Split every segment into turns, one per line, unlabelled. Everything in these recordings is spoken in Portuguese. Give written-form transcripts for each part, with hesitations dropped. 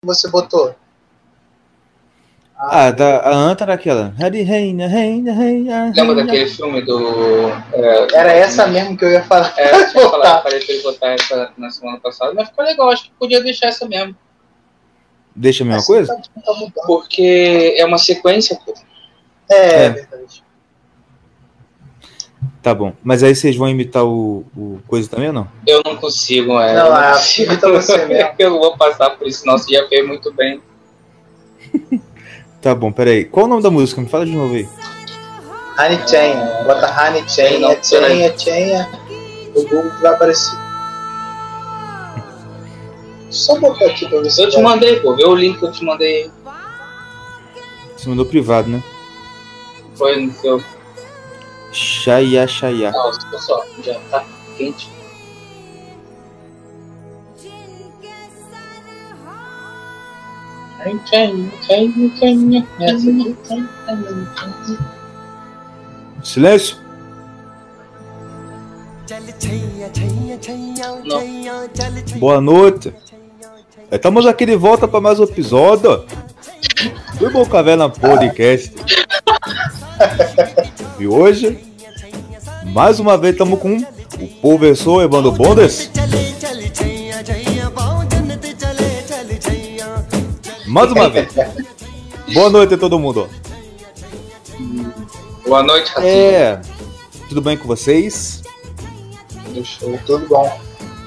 você botou?
A Anta naquela.
Lembra daquele filme do...
Era essa mesmo que eu ia falar.
Eu tinha falado para ele botar essa na semana passada, mas ficou legal, acho que podia deixar essa mesmo.
Deixa a mesma coisa?
Tá mudando.
Porque é uma sequência, pô.
É verdade.
Tá bom. Mas aí vocês vão imitar o coisa também ou não?
Eu não consigo,
Não, imita você mesmo.
Eu não vou passar por isso, não. Você já fez muito bem.
Tá bom, peraí. Qual o nome da música? Me fala de novo aí.
Honey Chain. Bota Honey Chain.
Não,
Chain. O Google vai aparecer. Só botar aqui pra ver se
Eu te mandei, pô. Vê o link que eu te mandei.
Você mandou privado, né?
Foi no seu...
Xaiá.
Não, só. Já tá quente.
Silêncio.
Não.
Boa noite. Estamos aqui de volta para mais um episódio do Bom Caverna Podcast. E hoje, mais uma vez, estamos com o professor Evandro Bondes. Mais uma vez. Boa noite a todo mundo.
Boa noite, Ratinho.
Tudo bem com vocês?
Tudo bom.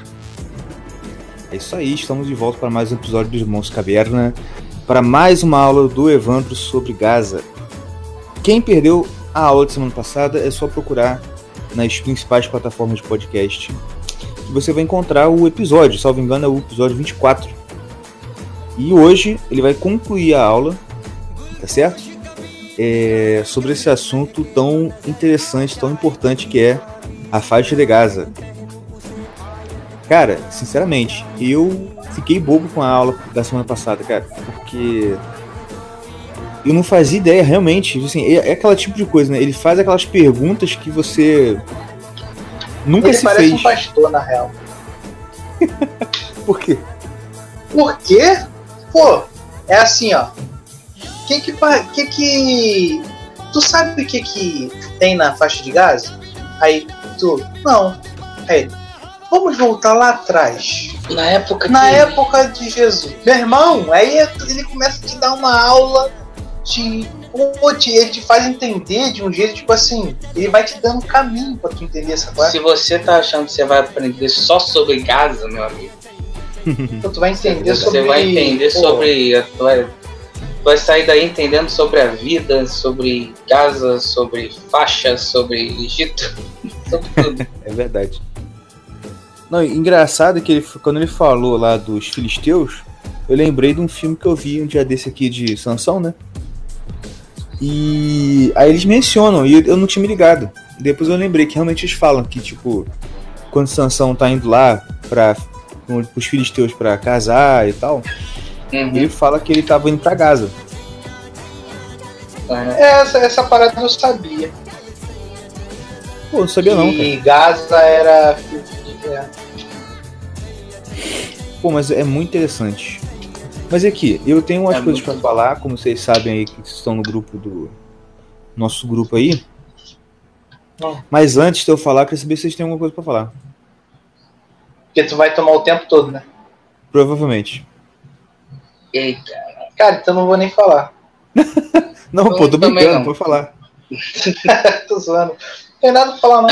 É isso aí, estamos de volta para mais um episódio dos Irmãos Caverna, para mais uma aula do Evandro sobre Gaza. Quem perdeu a aula de semana passada é só procurar nas principais plataformas de podcast que você vai encontrar o episódio, salvo engano é o episódio 24. E hoje ele vai concluir a aula, tá certo? Sobre esse assunto tão interessante, tão importante que é a faixa de Gaza. Cara, sinceramente, eu fiquei bobo com a aula da semana passada, cara, porque eu não fazia ideia, realmente, assim, é aquele tipo de coisa, né? Ele faz aquelas perguntas que você nunca se fez.
Ele parece um pastor, na real.
Por quê?
Por quê? Pô, é assim, ó. Tu sabe o que tem na faixa de Gaza? Aí, não. Aí, vamos voltar lá atrás.
Na época
de Jesus. Meu irmão, aí ele começa a te dar uma aula ele te faz entender de um jeito, tipo assim, ele vai te dando um caminho pra tu entender essa coisa.
Se você tá achando que você vai aprender só sobre Gaza, meu amigo,
então, tu vai entender sobre...
Você vai entender sobre... Vai sair daí entendendo sobre a vida, sobre Gaza, sobre faixas, sobre Egito, sobre tudo.
É verdade. Não, engraçado que quando ele falou lá dos filisteus, eu lembrei de um filme que eu vi um dia desse aqui de Sansão, né? E aí eles mencionam, e eu não tinha me ligado. Depois eu lembrei que realmente eles falam que, tipo, quando Sansão tá indo lá pros filisteus pra casar e tal, ele fala que ele tava indo pra Gaza.
Essa parada eu sabia.
Pô, não sabia não, cara.
E Gaza era...
Pô, mas é muito interessante. Mas aqui, eu tenho umas coisas pra falar, como vocês sabem aí que estão no grupo nosso grupo aí. Mas antes de eu falar, eu queria saber se vocês têm alguma coisa pra falar.
Porque tu vai tomar o tempo todo, né?
Provavelmente.
Eita.
Cara, então não vou nem falar.
Não, pô, tô brincando, pode falar.
Tô zoando. Não tem nada pra falar, não.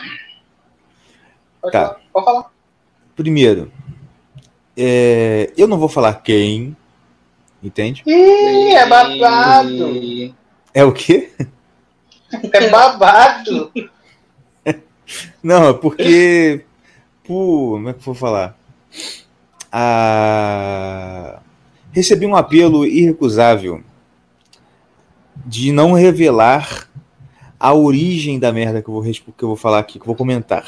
Pode falar.
Primeiro, eu não vou falar quem, entende?
Ih, é babado.
É o quê?
É babado.
Não, é porque... como é que eu vou falar? Recebi um apelo irrecusável de não revelar a origem da merda que eu vou falar aqui, que eu vou comentar.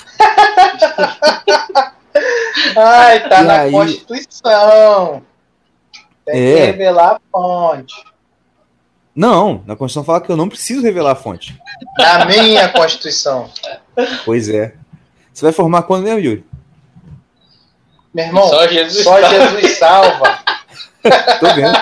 Ai, tá
E
na
aí...
Constituição. Tem que revelar a fonte.
Não, na Constituição fala que eu não preciso revelar a fonte.
Na minha Constituição.
Pois é. Você vai formar quando mesmo, Yuri?
Meu irmão,
só Jesus
salva.
Tô vendo.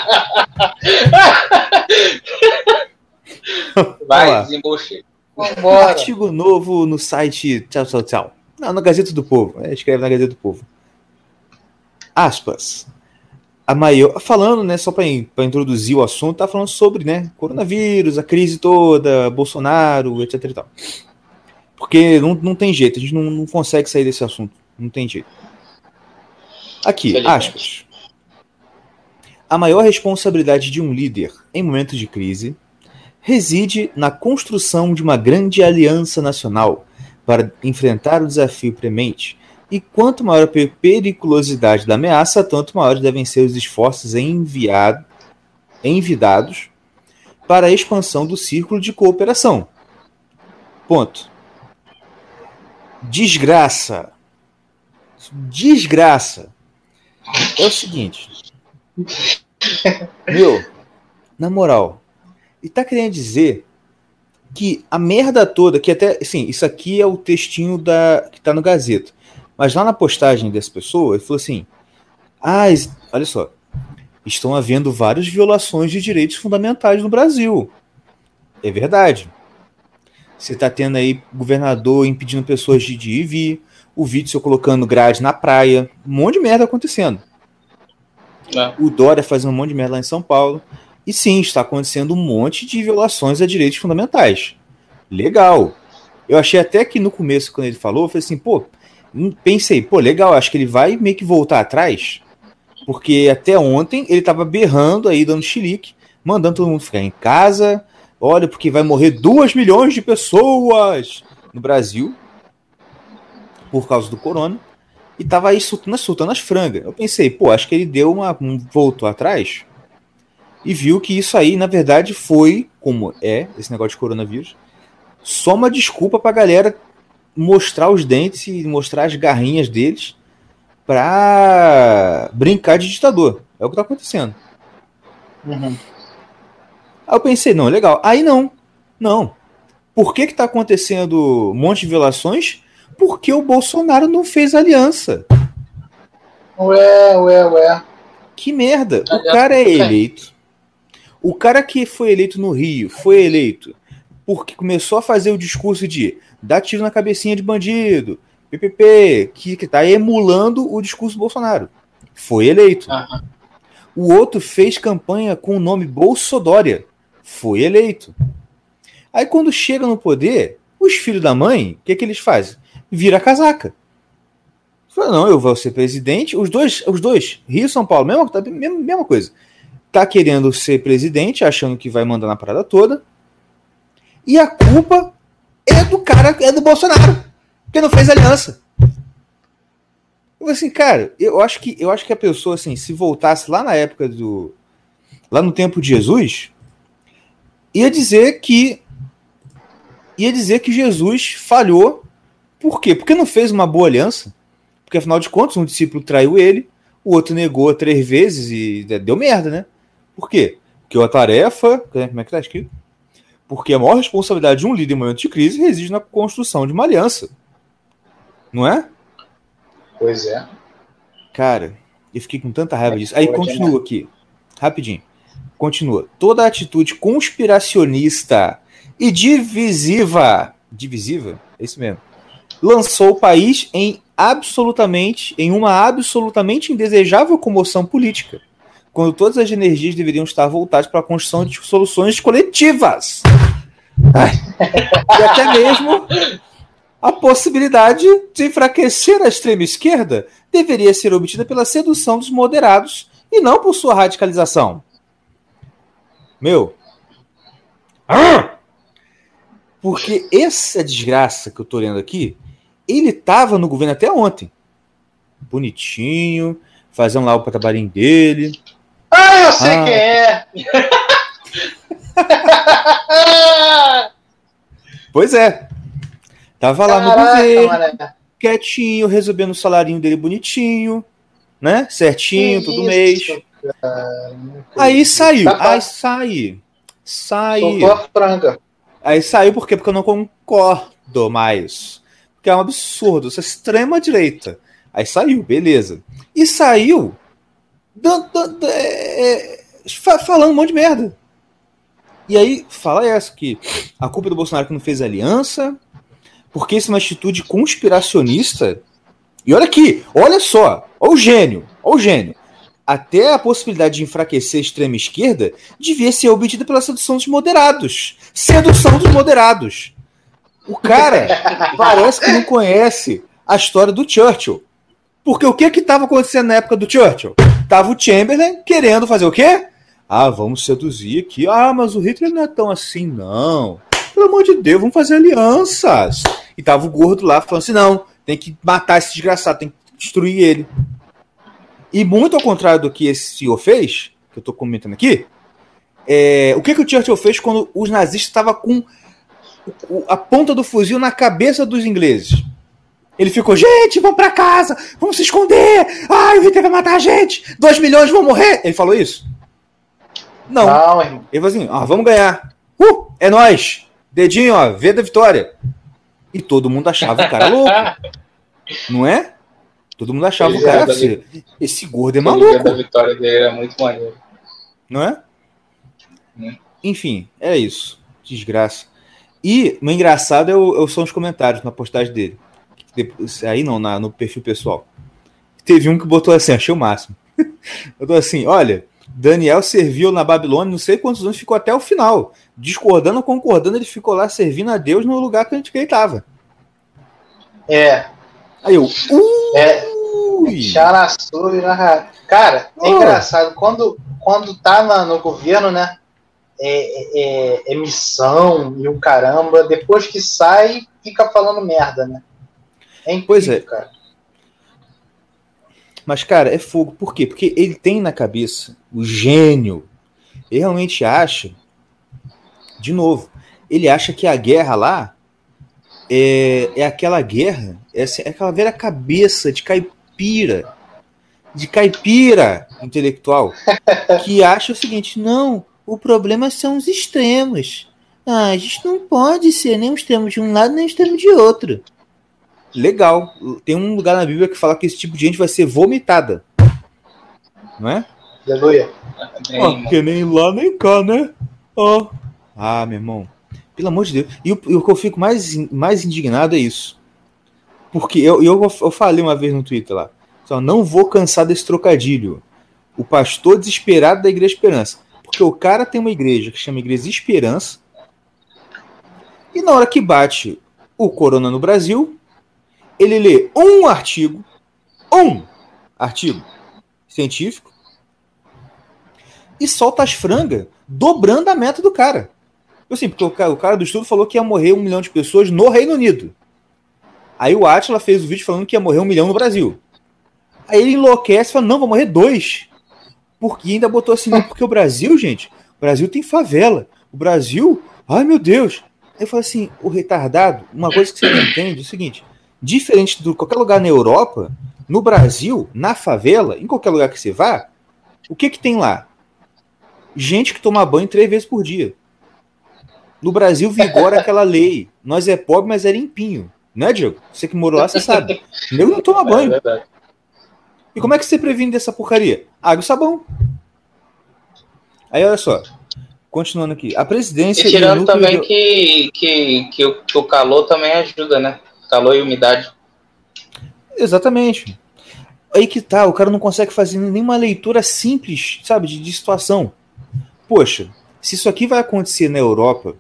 Vai, desembuche.
Artigo novo no site tchau. Não, na Gazeta do Povo. Escreve na Gazeta do Povo. Aspas. A maior... Falando, né, só para introduzir o assunto, tá falando sobre, né, coronavírus, a crise toda, Bolsonaro, etc e tal. Porque não tem jeito, a gente não consegue sair desse assunto. Não tem jeito. Aqui, aspas. A maior responsabilidade de um líder em momentos de crise reside na construção de uma grande aliança nacional para enfrentar o desafio premente. E quanto maior a periculosidade da ameaça, tanto maiores devem ser os esforços envidados para a expansão do círculo de cooperação. Ponto. Desgraça. É o seguinte. Meu, na moral, e tá querendo dizer que a merda toda, que até, assim, isso aqui é o textinho que tá no Gazeta, mas lá na postagem dessa pessoa, ele falou assim, olha só, estão havendo várias violações de direitos fundamentais no Brasil. É verdade. Você tá tendo aí governador impedindo pessoas de ir e vir, o Witzel colocando grade na praia, um monte de merda acontecendo. O Dória fazendo um monte de merda lá em São Paulo. E sim, está acontecendo um monte de violações a direitos fundamentais. Legal. Eu achei até que no começo, quando ele falou, eu falei assim, pensei, legal, acho que ele vai meio que voltar atrás, porque até ontem ele estava berrando aí, dando chilique, mandando todo mundo ficar em casa, olha, porque vai morrer 2 milhões de pessoas no Brasil por causa do corona. E tava aí soltando as frangas. Eu pensei, acho que ele deu voltou atrás e viu que isso aí, na verdade, foi, como esse negócio de coronavírus, só uma desculpa pra galera mostrar os dentes e mostrar as garrinhas deles pra brincar de ditador. É o que tá acontecendo.
Uhum.
Aí eu pensei, não, legal. Aí não. Por que tá acontecendo um monte de violações? Porque o Bolsonaro não fez aliança.
Ué.
Que merda. O cara é eleito. O cara que foi eleito no Rio foi eleito porque começou a fazer o discurso de dar tiro na cabecinha de bandido, PPP, que tá emulando o discurso do Bolsonaro. Foi eleito.
Uhum.
O outro fez campanha com o nome Bolsodória. Foi eleito. Aí quando chega no poder, os filhos da mãe, o que eles fazem? Vira a casaca. Fala, não, eu vou ser presidente. Os dois, Rio e São Paulo, mesma coisa. Tá querendo ser presidente, achando que vai mandar na parada toda. E a culpa é do cara, é do Bolsonaro, porque não fez aliança. Eu falei assim, cara, eu acho que a pessoa, assim, se voltasse lá na época lá no tempo de Jesus, ia dizer que Jesus falhou. Por quê? Porque não fez uma boa aliança. Porque, afinal de contas, um discípulo traiu ele, o outro negou 3 vezes e deu merda, né? Por quê? Porque a tarefa... Como é que tá escrito? Porque a maior responsabilidade de um líder em momento de crise reside na construção de uma aliança. Não é?
Pois é.
Cara, eu fiquei com tanta raiva disso. Aí continua aqui. Rapidinho. Continua. Toda atitude conspiracionista e divisiva... Divisiva? É isso mesmo. Lançou o país em uma absolutamente indesejável comoção política, quando todas as energias deveriam estar voltadas para a construção de soluções coletivas. E até mesmo a possibilidade de enfraquecer a extrema esquerda deveria ser obtida pela sedução dos moderados e não por sua radicalização. Porque essa desgraça que eu tô lendo aqui, ele tava no governo até ontem. Bonitinho, fazendo lá o trabalhinho dele.
Eu sei quem é!
Pois é. Tava lá no governo, quietinho, recebendo o salarinho dele bonitinho, né? Certinho, todo mês. Aí saiu.
Soltou a franga.
Aí saiu por quê? Porque eu não concordo mais. Porque é um absurdo. Isso é extrema direita. Aí saiu, beleza. E saiu falando um monte de merda. E aí fala que a culpa é do Bolsonaro que não fez aliança, porque isso é uma atitude conspiracionista. E olha aqui, olha só, olha o gênio. Até a possibilidade de enfraquecer a extrema esquerda devia ser obtida pela sedução dos moderados. O cara parece que não conhece a história do Churchill. Porque o que estava acontecendo na época do Churchill? Tava o Chamberlain querendo fazer o quê? Vamos seduzir aqui. Mas o Hitler não é tão assim, não. Pelo amor de Deus, vamos fazer alianças. E tava o gordo lá falando assim, não, tem que matar esse desgraçado, tem que destruir ele. E muito ao contrário do que esse senhor fez, que eu tô comentando aqui, o que o Churchill fez quando os nazistas estavam com a ponta do fuzil na cabeça dos ingleses? Ele ficou, gente, vamos pra casa, vamos se esconder, o Hitler vai matar a gente, 2 milhões vão morrer. Ele falou isso? Não, irmão. Ele falou assim, vamos ganhar. É nóis. Dedinho, V da vitória. E todo mundo achava o cara louco. Não é? Todo mundo achava o cara esse gordo é maluco. O da
vitória dele era muito maneiro.
Não é? Enfim, é isso. Desgraça. E o engraçado são os comentários na postagem dele. Aí não, no perfil pessoal. Teve um que botou assim, achei o máximo. Botou assim, olha, Daniel serviu na Babilônia, não sei quantos anos, ficou até o final. Discordando ou concordando, ele ficou lá servindo a Deus no lugar que ele estava. Aí eu...
Cara, é engraçado. Quando tá no governo, né? É missão e o caramba. Depois que sai, fica falando merda, né? É incrível, cara.
Mas, cara, é fogo. Por quê? Porque ele tem na cabeça o gênio. Ele realmente acha, de novo, ele acha que a guerra lá é aquela guerra, é aquela velha cabeça de caipira intelectual, que acha o seguinte, não, o problema são os extremos. A gente não pode ser nem um extremo de um lado, nem um extremo de outro. Legal. Tem um lugar na Bíblia que fala que esse tipo de gente vai ser vomitada. Não é?
Aleluia.
Porque nem lá nem cá, né? Meu irmão. Pelo amor de Deus. E o que eu fico mais indignado é isso. Porque eu falei uma vez no Twitter lá. Só não vou cansar desse trocadilho. O pastor desesperado da Igreja Esperança. Porque o cara tem uma igreja que chama Igreja Esperança. E na hora que bate o corona no Brasil, ele lê um artigo científico e solta as frangas, dobrando a meta do cara. Porque o cara do estudo falou que ia morrer 1 milhão de pessoas no Reino Unido. Aí o Átila fez o vídeo falando que ia morrer 1 milhão no Brasil. Aí ele enlouquece e fala, não, vai morrer 2. Porque ainda botou assim, porque o Brasil, gente, o Brasil tem favela. O Brasil, ai meu Deus. Aí eu falo assim, o retardado, uma coisa que você não entende é o seguinte, diferente de qualquer lugar na Europa, no Brasil, na favela, em qualquer lugar que você vá, o que tem lá? Gente que toma banho 3 vezes por dia. No Brasil vigora aquela lei. Nós é pobre, mas é limpinho. Não é, Diego? Você que morou lá, você sabe. O nego não toma banho. E como é que você previne dessa porcaria? Água e sabão. Aí, olha só. Continuando aqui. A presidência...
E tirando também que o calor também ajuda, né? Calor e umidade.
Exatamente. Aí que tá, o cara não consegue fazer nenhuma leitura simples, sabe, de situação. Poxa, se isso aqui vai acontecer na Europa,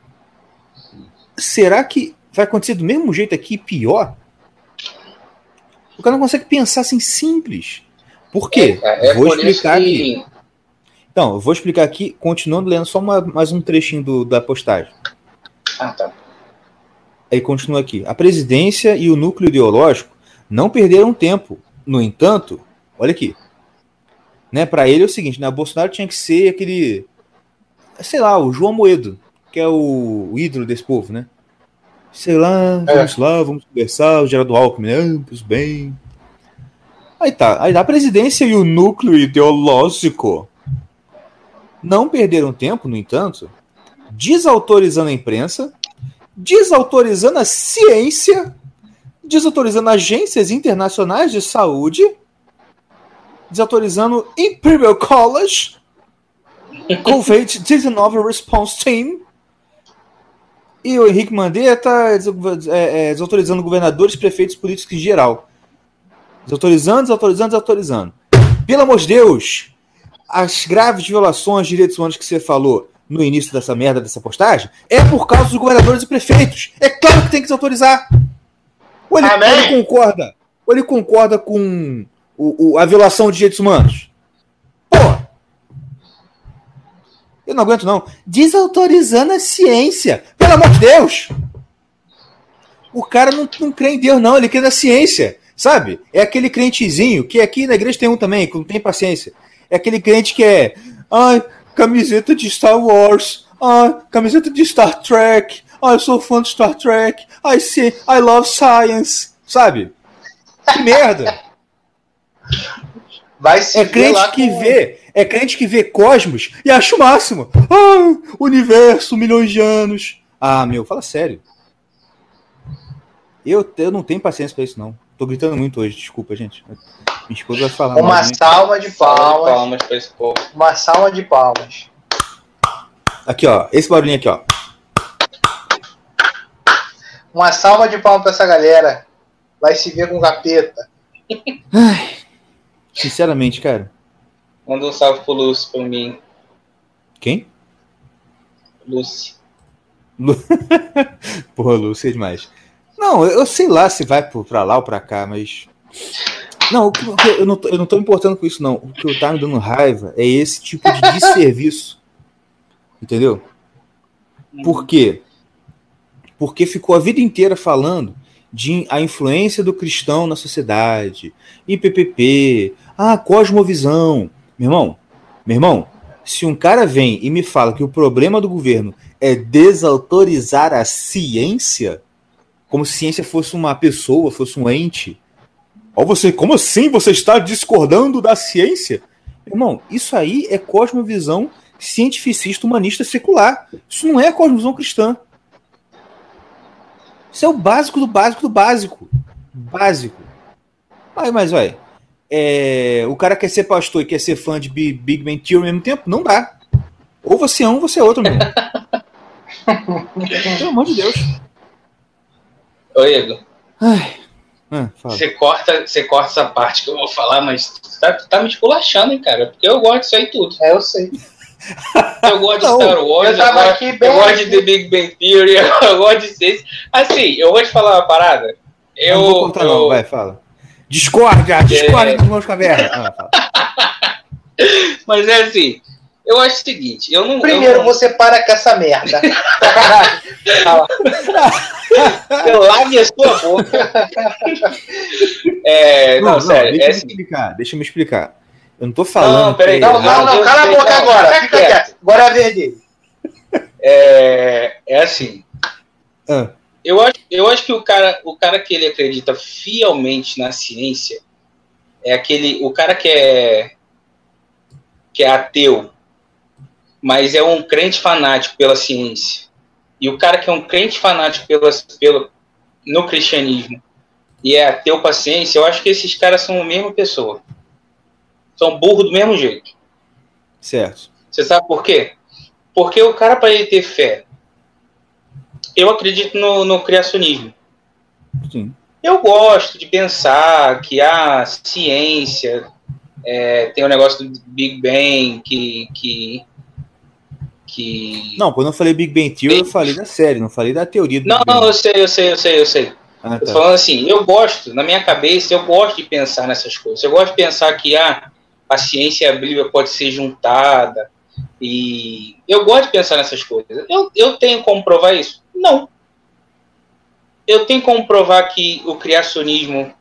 será que vai acontecer do mesmo jeito aqui, pior? O cara não consegue pensar assim simples. Por quê? Vou explicar aqui. Então, eu vou explicar aqui, continuando lendo só mais um trechinho da postagem.
Tá.
Aí continua aqui. A presidência e o núcleo ideológico não perderam tempo. No entanto, olha aqui. Né, para ele é o seguinte, né, Bolsonaro tinha que ser aquele, sei lá, o João Amoedo, que é o ídolo desse povo, né? Sei lá, vamos conversar, o Geraldo Alckmin, né? Pois bem. Aí tá. Aí a presidência e o núcleo ideológico não perderam tempo, no entanto, desautorizando a imprensa, desautorizando a ciência, desautorizando agências internacionais de saúde, desautorizando Imperial College, COVID-19 Response Team, e o Henrique Mandetta desautorizando governadores, prefeitos, políticos em geral. Desautorizando. Pelo amor de Deus, as graves violações de direitos humanos que você falou no início dessa merda, dessa postagem, é por causa dos governadores e prefeitos. É claro que tem que desautorizar. Ou ele concorda com a violação de direitos humanos? Pô! Eu não aguento, não. Desautorizando a ciência. Pelo amor de Deus! O cara não crê em Deus, não. Ele crê na ciência. Sabe? É aquele crentezinho, que aqui na igreja tem um também, que não tem paciência. É aquele crente que é... Ai, camiseta de Star Wars. Ai, camiseta de Star Trek. Ai, eu sou fã de Star Trek. I love science. Sabe? Que merda!
Vai se
é crente que vê Cosmos e acha o máximo. Ah, universo, milhões de anos. Ah, meu, fala sério. Eu não tenho paciência pra isso, não. Tô gritando muito hoje, desculpa, gente. Minha esposa vai falar.
Uma salva de palmas.
Uma salva de palmas.
Aqui, ó. Esse barulhinho aqui, ó.
Uma salva de palmas pra essa galera. Vai se ver com o capeta.
Ai, sinceramente, cara.
Manda um salve pro Lúcio pra mim.
Quem?
Lúcio.
Porra, Lúcio é demais. Não, eu sei lá se vai pra lá ou pra cá, mas... Não, eu não tô me importando com isso, não. O que tá me dando raiva é esse tipo de desserviço. Entendeu? Por quê? Porque ficou a vida inteira falando de a influência do cristão na sociedade, IPPP, cosmovisão. Meu irmão, se um cara vem e me fala que o problema do governo é desautorizar a ciência, como se ciência fosse uma pessoa, fosse um ente, como assim você está discordando da ciência? Irmão, isso aí é cosmovisão cientificista, humanista, secular. Isso não é a cosmovisão cristã. Isso é o básico do básico do básico. Básico. Mas vai. O cara quer ser pastor e quer ser fã de Big Bang Theory ao mesmo tempo? Não dá. Ou você é um ou você é outro, meu irmão. Pelo amor de Deus.
Oi, Igor.
Fala.
Você corta essa parte que eu vou falar, mas tá me esculachando, hein, cara? Porque eu gosto disso aí tudo.
Eu sei.
Eu gosto de Star Wars, eu gosto de The Big Bang Theory, eu gosto de ciência. Assim, eu vou te falar uma parada.
Não vou contar não, vai, fala. Discorda dos meus cavernas. Fala.
Mas é assim, eu acho o seguinte,
Primeiro você para com essa merda.
Lave a sua boca. Não, sério.
Deixa eu me explicar. Eu não tô falando.
Não, peraí.
Não, cala a boca agora. Fica quieto. Agora é a vez dele.
É assim. Eu acho que o cara que ele acredita fielmente na ciência é o cara que é ateu, mas é um crente fanático pela ciência. E o cara que é um crente fanático no cristianismo e é ateu pra ciência, eu acho que esses caras são a mesma pessoa. São burros do mesmo jeito.
Certo.
Você sabe por quê? Porque o cara, para ele ter fé, eu acredito no criacionismo.
Sim.
Eu gosto de pensar que a ciência tem um negócio do Big Bang que...
Não, quando eu falei Big Bang Theory, eu falei da série, não falei da teoria do
Big Bang. Não, eu sei.
Tá.
Eu tô falando assim, na minha cabeça, eu gosto de pensar nessas coisas. Eu gosto de pensar que a ciência e a Bíblia pode ser juntada. E eu gosto de pensar nessas coisas. Eu tenho como provar isso? Não. Eu tenho como provar que o criacionismo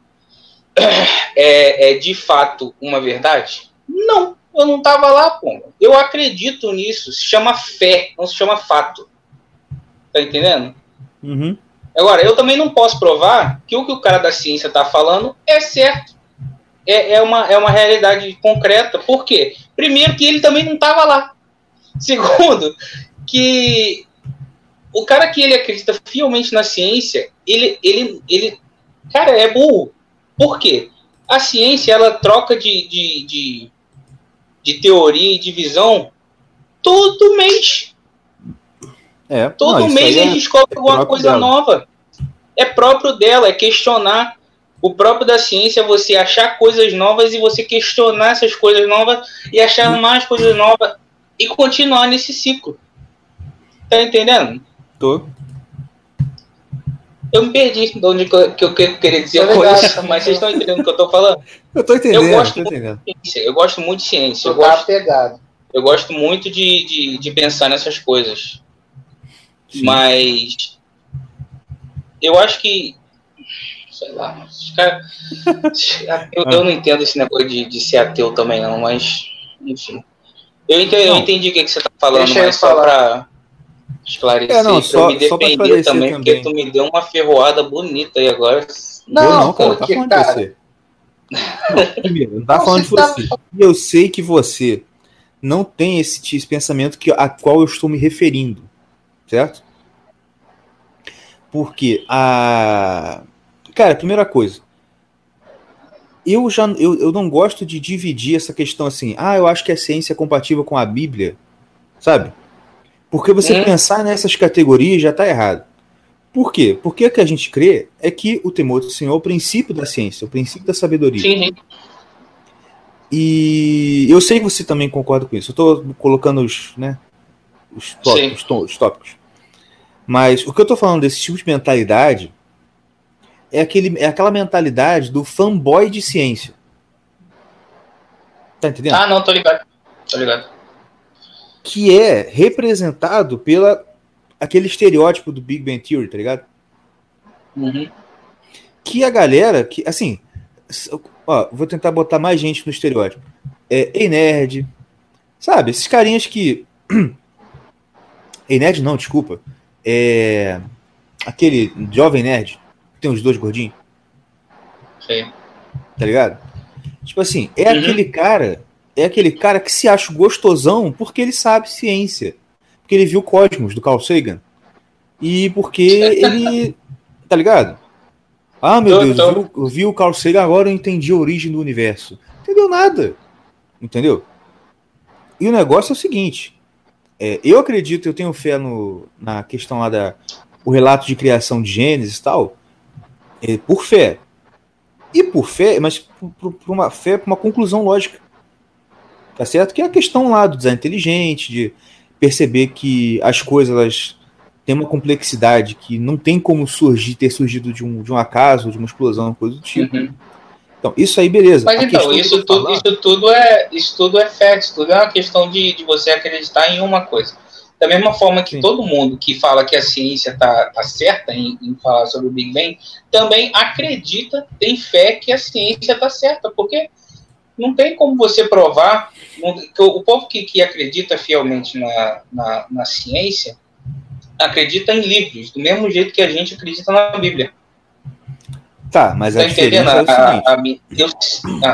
é de fato uma verdade? Não. Eu não estava lá, pô. Eu acredito nisso. Se chama fé, não se chama fato. Tá entendendo?
Uhum.
Agora, eu também não posso provar que o cara da ciência está falando é certo. É uma realidade concreta. Por quê? Primeiro, que ele também não estava lá. Segundo, que o cara que ele acredita fielmente na ciência, ele cara, é burro. Por quê? a ciência, ela troca de teoria e de visão todo mês. Todo mês eles descobrem alguma coisa nova. É próprio dela, é questionar. O próprio da ciência é você achar coisas novas e você questionar essas coisas novas e achar mais coisas novas e continuar nesse ciclo. Tá entendendo?
Tô.
Eu me perdi de onde que eu queria dizer coisa, mas vocês estão entendendo o que eu tô falando?
Eu tô entendendo.
Eu gosto muito de ciência. Eu gosto muito de pensar nessas coisas. Sim. Mas eu acho que, sei lá, eu não entendo esse negócio de ser ateu também não, mas enfim. Eu entendi o que você tá falando, mas só pra esclarecer, pra eu me defender também, porque tu me deu uma ferroada bonita aí agora.
Não, cara, tá falando de você. Não tá falando de você. E eu sei que você não tem esse pensamento a qual eu estou me referindo, certo? Porque cara, primeira coisa, eu não gosto de dividir essa questão assim, eu acho que a ciência é compatível com a Bíblia, sabe? Porque você pensar nessas categorias já está errado. Por quê? Porque o que a gente crê é que o temor do Senhor é o princípio da ciência, o princípio da sabedoria.
Sim.
E eu sei que você também concorda com isso. Eu estou colocando os tópicos. Mas o que eu estou falando desse tipo de mentalidade é aquela mentalidade do fanboy de ciência. Tá entendendo?
Não, tô ligado.
Que é representado pela aquele estereótipo do Big Bang Theory, tá ligado?
Uhum.
Que a galera, que assim, vou tentar botar mais gente no estereótipo. Ei nerd, sabe? Esses carinhas que... Ei nerd não, desculpa. Aquele jovem nerd, que tem os dois gordinhos.
Sim.
Tá ligado? Tipo assim, aquele cara que se acha gostosão porque ele sabe ciência. Porque ele viu Cosmos, do Carl Sagan. E porque ele... Tá ligado? Meu Deus, eu vi o Carl Sagan, agora eu entendi a origem do universo. Não entendeu nada. Entendeu? E o negócio é o seguinte. Eu acredito, eu tenho fé na questão lá o relato de criação de Gênesis e tal. Por fé. E por fé, mas por uma fé, por uma conclusão lógica. Tá certo? Que é a questão lá do design inteligente, de perceber que as coisas elas têm uma complexidade que não tem como ter surgido de um acaso, de uma explosão, coisa do tipo.
Uhum.
Então, isso aí, beleza.
Mas então, isso tudo é fé, isso tudo é uma questão de você acreditar em uma coisa. Da mesma forma que todo mundo que fala que a ciência tá certa em falar sobre o Big Bang, também acredita, tem fé que a ciência tá certa, porque não tem como você provar. O povo que acredita fielmente na ciência acredita em livros, do mesmo jeito que a gente acredita na Bíblia.
Tá, mas a diferença é o seguinte.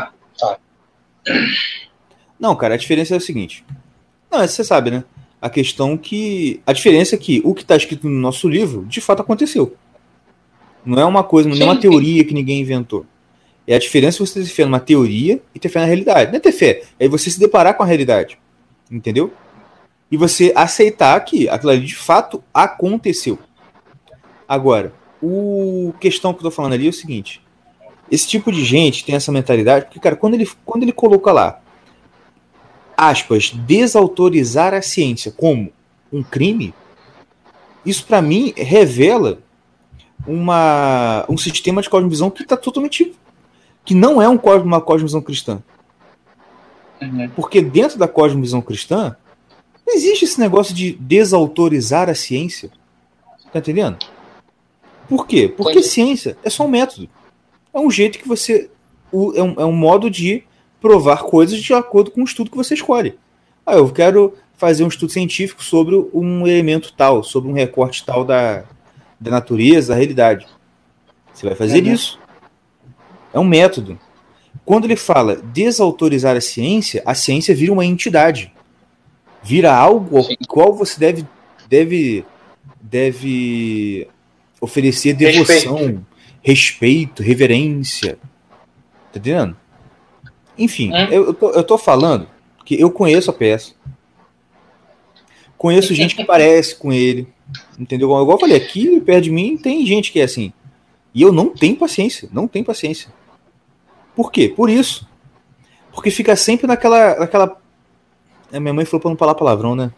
Não, cara, a diferença é o seguinte. Não, você sabe, né? A diferença é que o que está escrito no nosso livro, de fato aconteceu. Não é uma coisa, não é uma teoria que ninguém inventou. É a diferença você ter fé numa teoria e ter fé na realidade. Não é ter fé, é você se deparar com a realidade. Entendeu? E você aceitar que aquilo ali de fato aconteceu. Agora, a questão que eu tô falando ali é o seguinte. Esse tipo de gente tem essa mentalidade, porque, cara, quando ele coloca lá, aspas, desautorizar a ciência como um crime, isso para mim revela um sistema de cosmovisão que está totalmente... que não é uma cosmovisão cristã.
Uhum.
Porque dentro da cosmovisão cristã não existe esse negócio de desautorizar a ciência. Tá entendendo? Por quê? Porque ciência é só um método. É um jeito que você... É um modo de provar coisas de acordo com o estudo que você escolhe. Eu quero fazer um estudo científico sobre um elemento tal, sobre um recorte tal da natureza, da realidade. Você vai fazer isso. É um método. Quando ele fala desautorizar a ciência vira uma entidade. Vira algo ao qual você deve oferecer devoção, respeito, reverência. Tá entendendo? Enfim, eu tô falando que eu conheço a peça. Conheço gente que parece com ele. Entendeu? Igual eu falei, aqui perto de mim tem gente que é assim. E eu não tenho paciência. Não tenho paciência. Por quê? Por isso. Porque fica sempre naquela... Minha mãe falou pra não falar palavrão, né?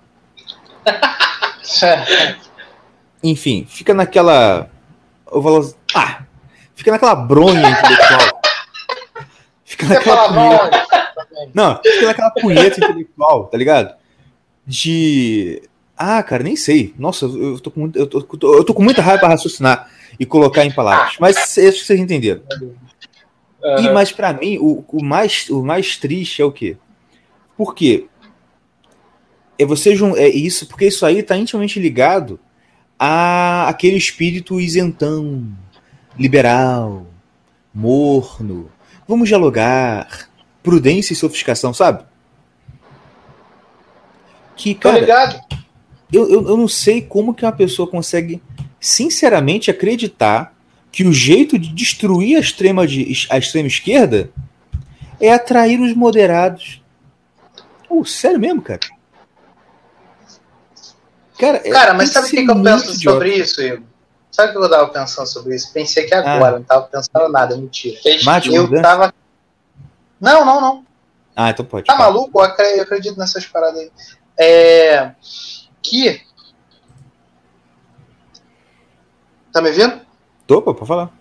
Enfim, fica naquela... Eu falo... fica naquela bronha intelectual. Fica naquela punheta. Não, fica naquela punheta intelectual, tá ligado? Cara, nem sei. Nossa, eu tô com muita raiva pra raciocinar e colocar em palavras. Mas acho que vocês entenderam. Mas pra mim, o mais triste é o quê? Por quê? Porque isso aí tá intimamente ligado àquele espírito isentão, liberal, morno. Vamos dialogar, prudência e sofisticação, sabe? Que, cara,
tô ligado.
Eu não sei como que uma pessoa consegue sinceramente acreditar que o jeito de destruir a extrema esquerda é atrair os moderados. Sério mesmo, cara?
Cara, mas sabe o que eu penso sobre isso, Igor? Sabe o que eu tava pensando sobre isso? Pensei que agora, não tava pensando nada, mentira. Eu tava... Não.
Então pode.
Tá maluco? Eu acredito nessas paradas aí. Que... Tá me vendo?
Tô, pode falar.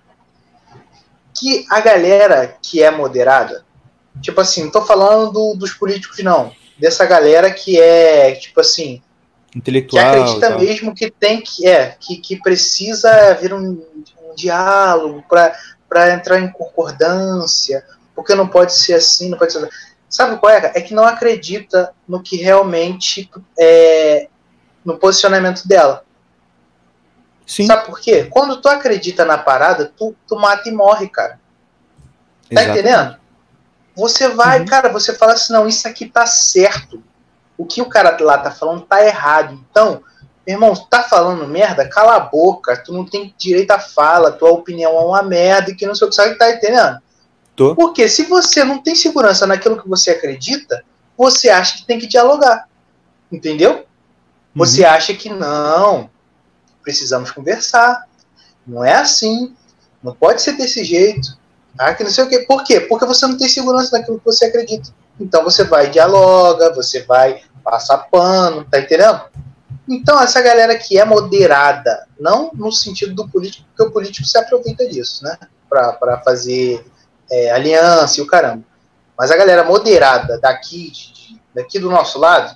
Que a galera que é moderada, tipo assim, não tô falando dos políticos, não. Dessa galera que é, tipo assim...
intelectual,
que acredita mesmo que tem que precisa vir um diálogo para entrar em concordância, porque não pode ser assim, não pode ser... Sabe qual é? É que não acredita no que realmente no posicionamento dela.
Sim.
Sabe por quê? Quando tu acredita na parada, tu mata e morre, cara. Tá entendendo? Você vai, cara, você fala assim, não, isso aqui tá certo. O que o cara lá tá falando tá errado. Então, meu irmão, tu tá falando merda? Cala a boca. Tu não tem direito à fala. Tua opinião é uma merda e que não sei o que. Sabe o que tá entendendo?
Tô.
Porque se você não tem segurança naquilo que você acredita, você acha que tem que dialogar. Entendeu? Você acha que não. Precisamos conversar. Não é assim. Não pode ser desse jeito. Que não sei o quê. Por quê? Porque você não tem segurança naquilo que você acredita. Então você vai dialoga, você vai passar pano, tá entendendo? Então essa galera que é moderada, não no sentido do político, porque o político se aproveita disso, né? Pra fazer aliança e o caramba. Mas a galera moderada daqui do nosso lado,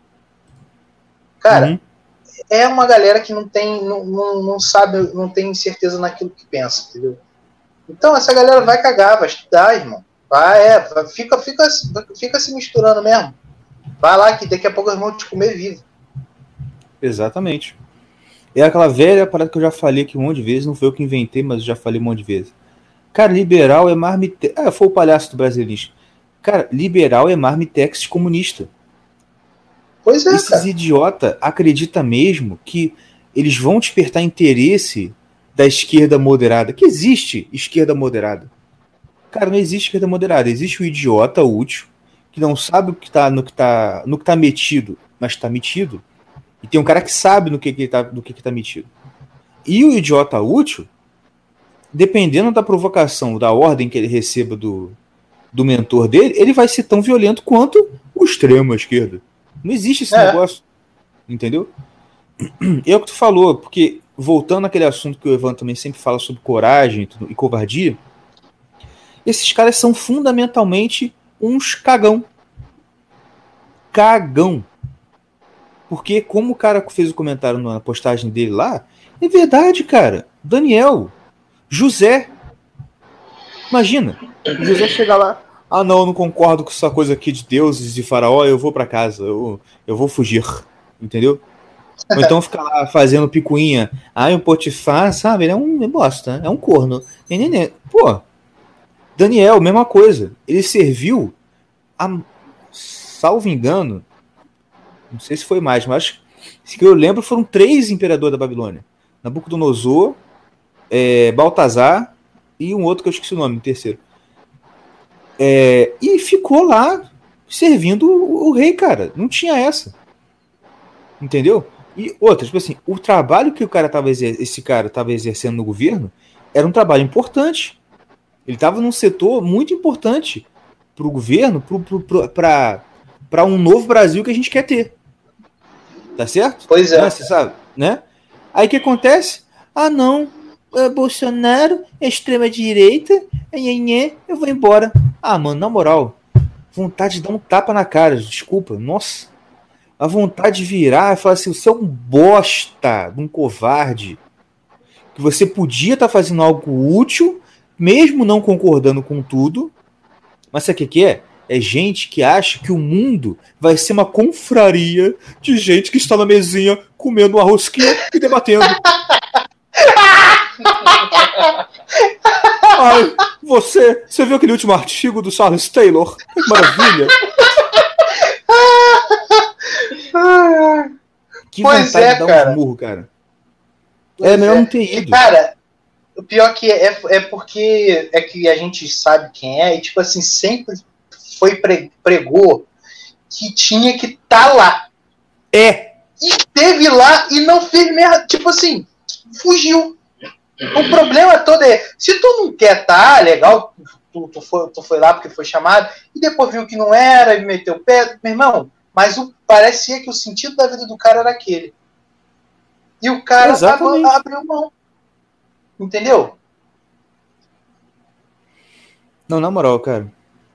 cara, é uma galera que não sabe, não tem certeza naquilo que pensa, entendeu? Então essa galera vai cagar, vai estudar, irmão. Fica se misturando mesmo. Vai lá que daqui a pouco eles vão te comer vivo.
Exatamente. É aquela velha parada que eu já falei aqui um monte de vezes, não foi eu que inventei, mas eu já falei um monte de vezes. Cara, liberal é marmitex. Foi o palhaço do brasileiro. Cara, liberal é marmitex comunista.
Pois é,
Esses idiotas acreditam mesmo que eles vão despertar interesse da esquerda moderada. Que existe esquerda moderada. Cara, não existe esquerda moderada. Existe o idiota útil que não sabe o que tá, no que tá metido, mas tá metido. E tem um cara que sabe no que tá metido. E o idiota útil, dependendo da provocação, da ordem que ele receba do mentor dele, ele vai ser tão violento quanto o extremo à esquerda. Não existe esse negócio. Entendeu? É o que tu falou, porque voltando àquele assunto que o Evan também sempre fala sobre coragem e covardia, esses caras são fundamentalmente uns cagão. Cagão. Porque como o cara fez o comentário na postagem dele lá, é verdade, cara. Daniel, José. Imagina, o José chega lá, não, eu não concordo com essa coisa aqui de deuses e faraó, eu vou pra casa, eu vou fugir. Entendeu? Ou então ficar lá fazendo picuinha. O Potifar, sabe, ele é um bosta, é um corno. Pô, Daniel, mesma coisa. Ele serviu salvo engano, não sei se foi mais, mas que eu lembro foram 3 imperadores da Babilônia. Nabucodonosor, Baltazar e um outro que eu esqueci o nome, o terceiro. E ficou lá servindo o rei, cara. Não tinha essa. Entendeu? E outra, tipo assim, o trabalho que esse cara estava exercendo no governo era um trabalho importante. Ele estava num setor muito importante para o governo, para um novo Brasil que a gente quer ter. Tá certo?
Pois é.
Né? Você sabe, né? Aí o que acontece? Ah, não, Bolsonaro é extrema-direita, eu vou embora. Ah, mano, na moral, vontade de dar um tapa na cara, desculpa, nossa. A vontade de virar e falar assim, você é um bosta, um covarde, que você podia estar fazendo algo útil, mesmo não concordando com tudo, mas sabe o que é? É gente que acha que o mundo vai ser uma confraria de gente que está na mesinha comendo uma rosquinha e debatendo. Ai, você viu aquele último artigo do Charles Taylor? Que maravilha! Que
pois
vontade de dar um murro, cara.
Pois
melhor não ter ido.
E, cara, o pior que é porque é que a gente sabe quem é, e tipo assim, sempre pregou que tinha que estar lá.
E
esteve lá e não fez merda. Tipo assim, fugiu. O problema todo é, se tu não quer estar, legal, tu foi lá porque foi chamado, e depois viu que não era, e meteu o pé, meu irmão, mas parecia que o sentido da vida do cara era aquele. E o cara abriu mão. Entendeu?
Não, na moral, cara.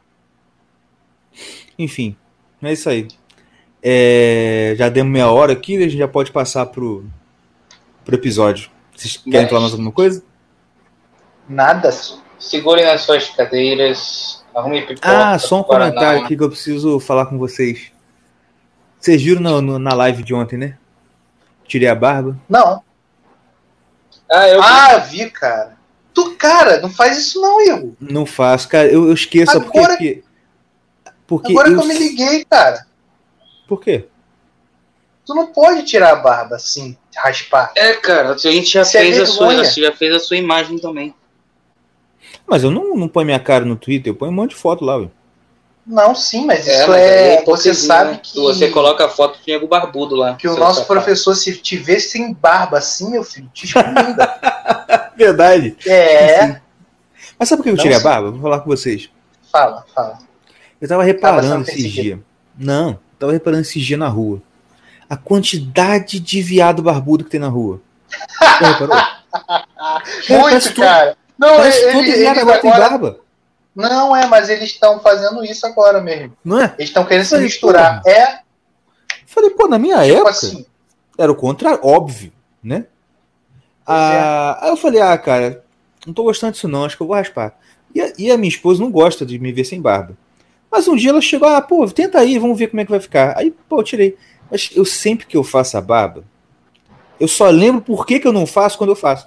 Enfim, é isso aí. Já demos meia hora aqui, a gente já pode passar pro episódio. Vocês querem falar mais alguma coisa?
Nada.
Segurem nas suas cadeiras, arrume pipoca.
Só um comentário aqui que eu preciso falar com vocês. Vocês viram na live de ontem, né? Tirei a barba.
Não. Vi, cara. Cara, não faz isso não, Igor.
Não faço, cara. Eu esqueço
agora,
porque
agora que eu me liguei, cara.
Por quê?
Tu não pode tirar a barba assim, raspar.
Cara, a gente já fez a sua imagem também.
Mas eu não ponho minha cara no Twitter, eu ponho um monte de foto lá, velho.
Não, sim, mas isso você sabe que...
Você coloca a foto do Diego Barbudo lá.
Que o nosso professor, se te vê sem barba assim, meu filho, te excomunda.
Verdade.
Assim.
Mas sabe por que eu tirei a barba? Vou falar com vocês.
Fala.
Eu tava reparando esses dias. Não, tava reparando esses dias na rua. A quantidade de viado barbudo que tem na rua. Você reparou?
Muito, cara. Não,
todo viado agora tem barba.
Não, mas eles estão fazendo isso agora mesmo.
Não é?
Eles estão querendo se misturar.
Falei, na minha época, assim, era o contrário, óbvio, né? Aí eu falei, cara, não tô gostando disso não, acho que eu vou raspar. E a minha esposa não gosta de me ver sem barba. Mas um dia ela chegou, tenta aí, vamos ver como é que vai ficar. Aí, eu tirei. Mas eu sempre que eu faço a barba, eu só lembro por que eu não faço quando eu faço.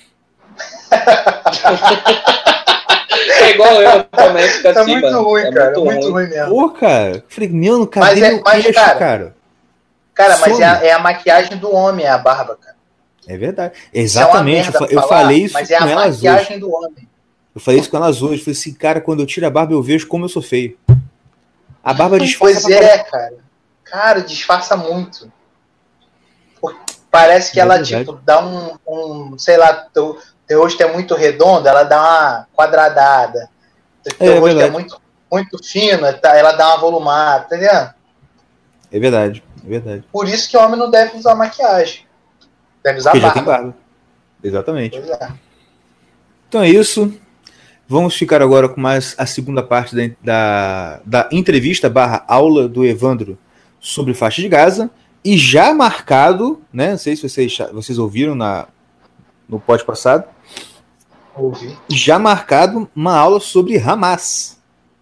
É igual eu também, fica assim,
muito
mano.
ruim, cara. Muito ruim mesmo.
Pô, cara. Falei, não cadê meu queixo, cara?
Cara, mas é a maquiagem do homem, é a barba, cara.
É verdade. Exatamente. Eu falei isso
mas com elas hoje. Mas é a maquiagem do homem.
Eu falei isso com elas hoje. Eu falei assim, cara, quando eu tiro a barba, eu vejo como eu sou feio. A barba disfarça.
Pois cara. Cara, disfarça muito. Parece que ela, dá sei lá, teu rosto é muito redondo, ela dá uma quadradada. Teu rosto é muito, muito fino, ela dá uma volumada, tá ligado?
É verdade.
Por isso que o homem não deve usar maquiagem. Deve usar barba.
Já tem barba. Exatamente. Então é isso. Vamos ficar agora com mais a segunda parte da entrevista / aula do Evandro sobre faixa de Gaza. E já marcado, né? Não sei se vocês ouviram no pod passado.
Ouvi.
Já marcado uma aula sobre Hamas.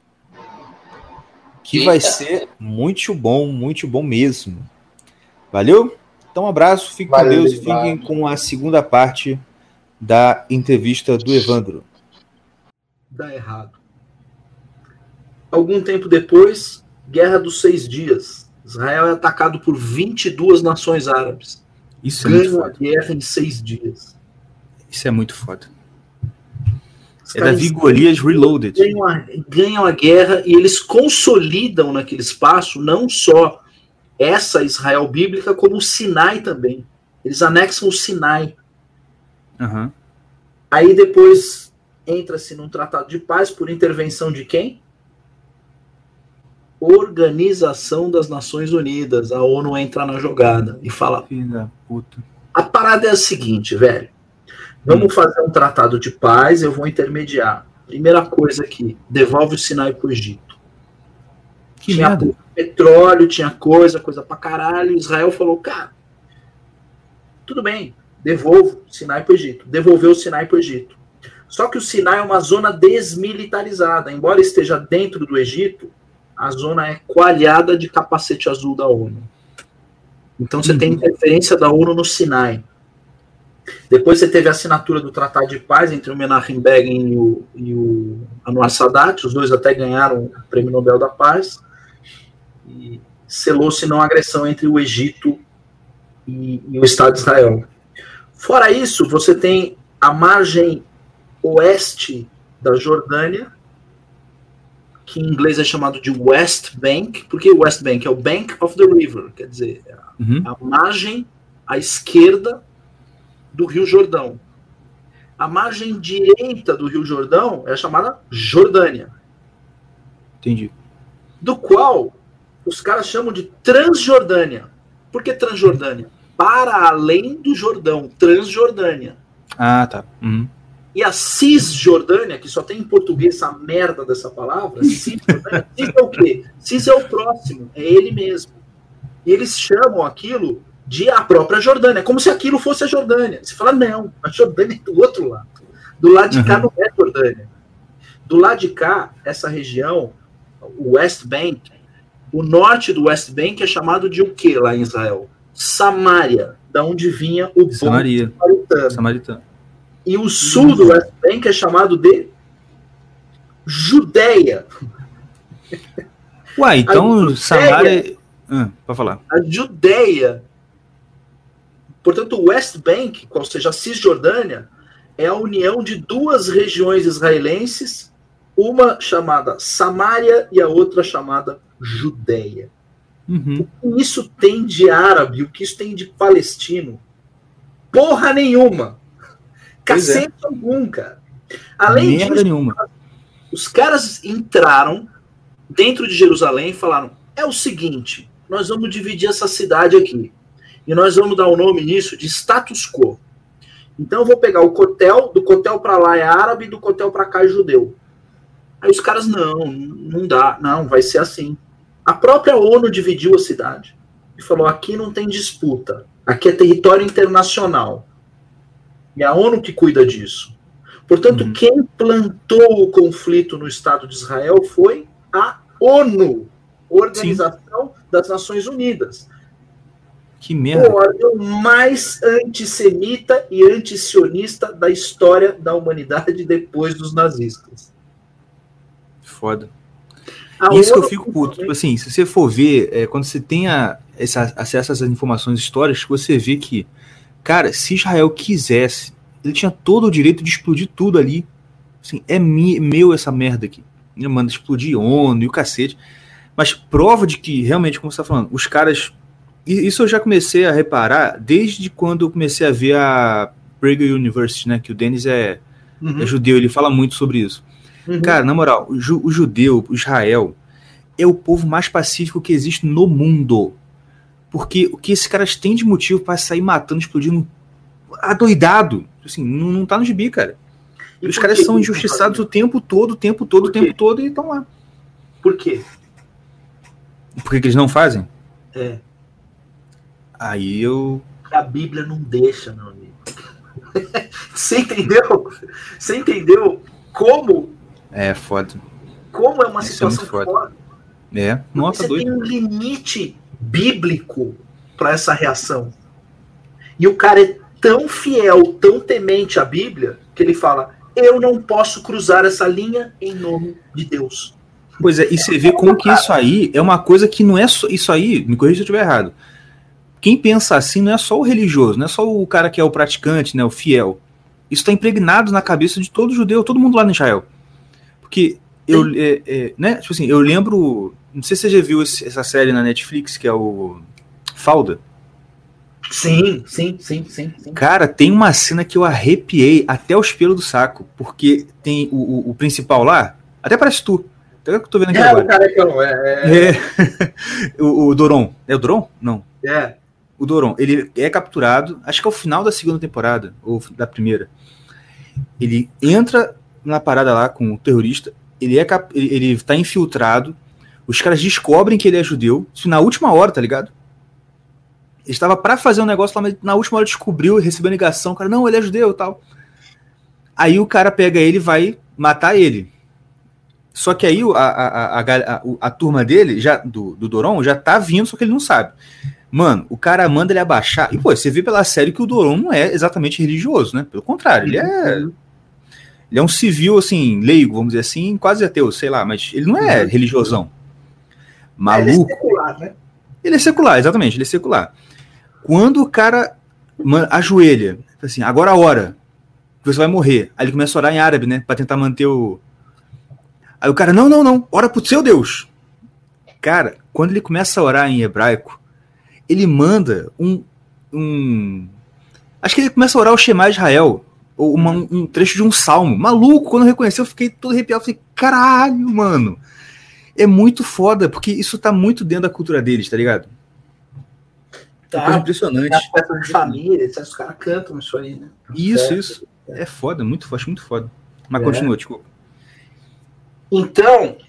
Que vai ser muito bom mesmo. Valeu? Então um abraço, fiquem com Deus e fiquem com a segunda parte da entrevista do Evandro.
Dá errado. Algum tempo depois, Guerra dos 6 Dias. Israel é atacado por 22 nações árabes.
Isso é muito foda.
Guerra em 6 dias.
Isso é muito foda. É Davi e Golias Reloaded.
Ganham a guerra e eles consolidam naquele espaço não só essa Israel bíblica, como o Sinai também. Eles anexam o Sinai.
Uhum.
Aí depois entra-se num tratado de paz por intervenção de quem? Organização das Nações Unidas. A ONU entra na jogada e fala:
Filho da puta.
A parada é a seguinte, velho. Vamos fazer um tratado de paz, eu vou intermediar. Primeira coisa aqui, devolve o Sinai pro Egito.
Que
tinha
merda.
Petróleo, tinha coisa pra caralho. Israel falou, cara, tudo bem, devolvo o Sinai pro Egito. Devolveu o Sinai pro Egito. Só que o Sinai é uma zona desmilitarizada. Embora esteja dentro do Egito, a zona é coalhada de capacete azul da ONU. Então você tem interferência da ONU no Sinai. Depois você teve a assinatura do Tratado de Paz entre o Menachem Begin e o Anwar Sadat. Os dois até ganharam o Prêmio Nobel da Paz. E selou-se não agressão entre o Egito e o Estado de Israel. Fora isso, você tem a margem oeste da Jordânia, que em inglês é chamado de West Bank. Por que West Bank? É o Bank of the River, quer dizer, a margem à esquerda do Rio Jordão. A margem direita do Rio Jordão é chamada Jordânia.
Entendi.
Do qual os caras chamam de Transjordânia. Por que Transjordânia? Para além do Jordão, Transjordânia.
Ah, tá. Uhum.
E a Cisjordânia, que só tem em português essa merda dessa palavra, Cisjordânia, Cis é o quê? Cis é o próximo, é ele mesmo. E eles chamam aquilo de a própria Jordânia, como se aquilo fosse a Jordânia. Você fala, não, a Jordânia é do outro lado. Do lado de cá não é Jordânia. Do lado de cá, essa região, o West Bank, o norte do West Bank é chamado de o quê lá em Israel? Samária, da onde vinha o
Samaria.
Samaritano. E o sul do West Bank é chamado de Judéia.
Uai, então Samaria... pode falar.
A Judéia. Portanto, o West Bank, ou seja, a Cisjordânia, é a união de duas regiões israelenses, uma chamada Samária e a outra chamada Judéia.
Uhum.
O que isso tem de árabe, o que isso tem de palestino? Porra nenhuma. Cacete algum, cara. Além disso,
nenhuma.
Os caras entraram dentro de Jerusalém e falaram, é o seguinte, nós vamos dividir essa cidade aqui. E nós vamos dar o nome nisso de status quo. Então eu vou pegar o cotel, do cotel para lá é árabe, do cotel para cá é judeu. Aí os caras, não dá, não, vai ser assim. A própria ONU dividiu a cidade e falou, aqui não tem disputa, aqui é território internacional. E a ONU que cuida disso. Portanto, quem plantou o conflito no Estado de Israel foi a ONU, Organização das Nações Unidas.
Que merda.
O órgão mais antissemita e antisionista da história da humanidade depois dos nazistas.
Foda. Isso que eu fico puto. Tipo assim, se você for ver, quando você tem acesso a essas informações históricas, você vê que, cara, se Israel quisesse, ele tinha todo o direito de explodir tudo ali. Assim, é meu essa merda aqui. Ele manda explodir ONU e o cacete. Mas prova de que, realmente, como você tá falando, os caras... Isso eu já comecei a reparar desde quando eu comecei a ver a Prager University, né? Que o Denis é judeu, ele fala muito sobre isso. Cara, na moral, o judeu, o Israel, é o povo mais pacífico que existe no mundo. Porque o que esses caras têm de motivo para sair matando, explodindo, adoidado, assim, não tá no gibi, cara. E os caras são injustiçados o tempo todo, e estão lá.
Por quê?
Por que eles não fazem?
Aí a Bíblia não deixa, meu amigo. Você entendeu? Você entendeu como...
É foda.
Como é uma situação foda.
Nossa,
doido. Você tem um limite bíblico para essa reação. E o cara é tão fiel, tão temente à Bíblia, que ele fala, eu não posso cruzar essa linha em nome de Deus.
Pois é, e você vê como que isso aí é uma coisa que não é só... Isso aí, me corrija se eu estiver errado. Quem pensa assim não é só o religioso, não é só o cara que é o praticante, né, o fiel. Isso está impregnado na cabeça de todo judeu, todo mundo lá em Israel. Porque né? Tipo assim, eu lembro, não sei se você já viu essa série na Netflix, que é o Falda.
Sim.
Cara, tem uma cena que eu arrepiei até os pelos do saco, porque tem o principal lá, até parece tu. Até que eu tô vendo aqui agora.
O carecão,
o Doron. É o Doron? Não.
É.
O Doron, ele é capturado, acho que é o final da segunda temporada, ou da primeira. Ele entra na parada lá com o terrorista, ele tá infiltrado, os caras descobrem que ele é judeu, isso na última hora, tá ligado? Ele estava pra fazer um negócio lá, mas na última hora descobriu, recebeu ligação, o cara, não, ele é judeu e tal. Aí o cara pega ele e vai matar ele. Só que aí a turma dele, do Doron, já tá vindo, só que ele não sabe. Mano, o cara manda ele abaixar. E, pô, você vê pela série que o Doron não é exatamente religioso, né? Pelo contrário, ele é um civil, assim, leigo, vamos dizer assim, quase ateu, sei lá, mas ele não é religiosão. Maluco. Ele é secular, né? Ele é secular, exatamente, ele é secular. Quando o cara ajoelha, assim, agora a hora, você vai morrer. Aí ele começa a orar em árabe, né? Pra tentar manter o... Aí o cara, não, ora pro seu Deus. Cara, quando ele começa a orar em hebraico, ele manda acho que ele começa a orar o Shema Israel, ou um trecho de um salmo. Maluco, quando eu reconheci, eu fiquei todo arrepiado. Falei, caralho, mano. É muito foda, porque isso tá muito dentro da cultura deles, tá ligado?
Tá,
coisa impressionante.
As festas de família, os caras cantam isso aí, né?
Isso. É foda, acho muito foda. Mas continua, desculpa.
Então,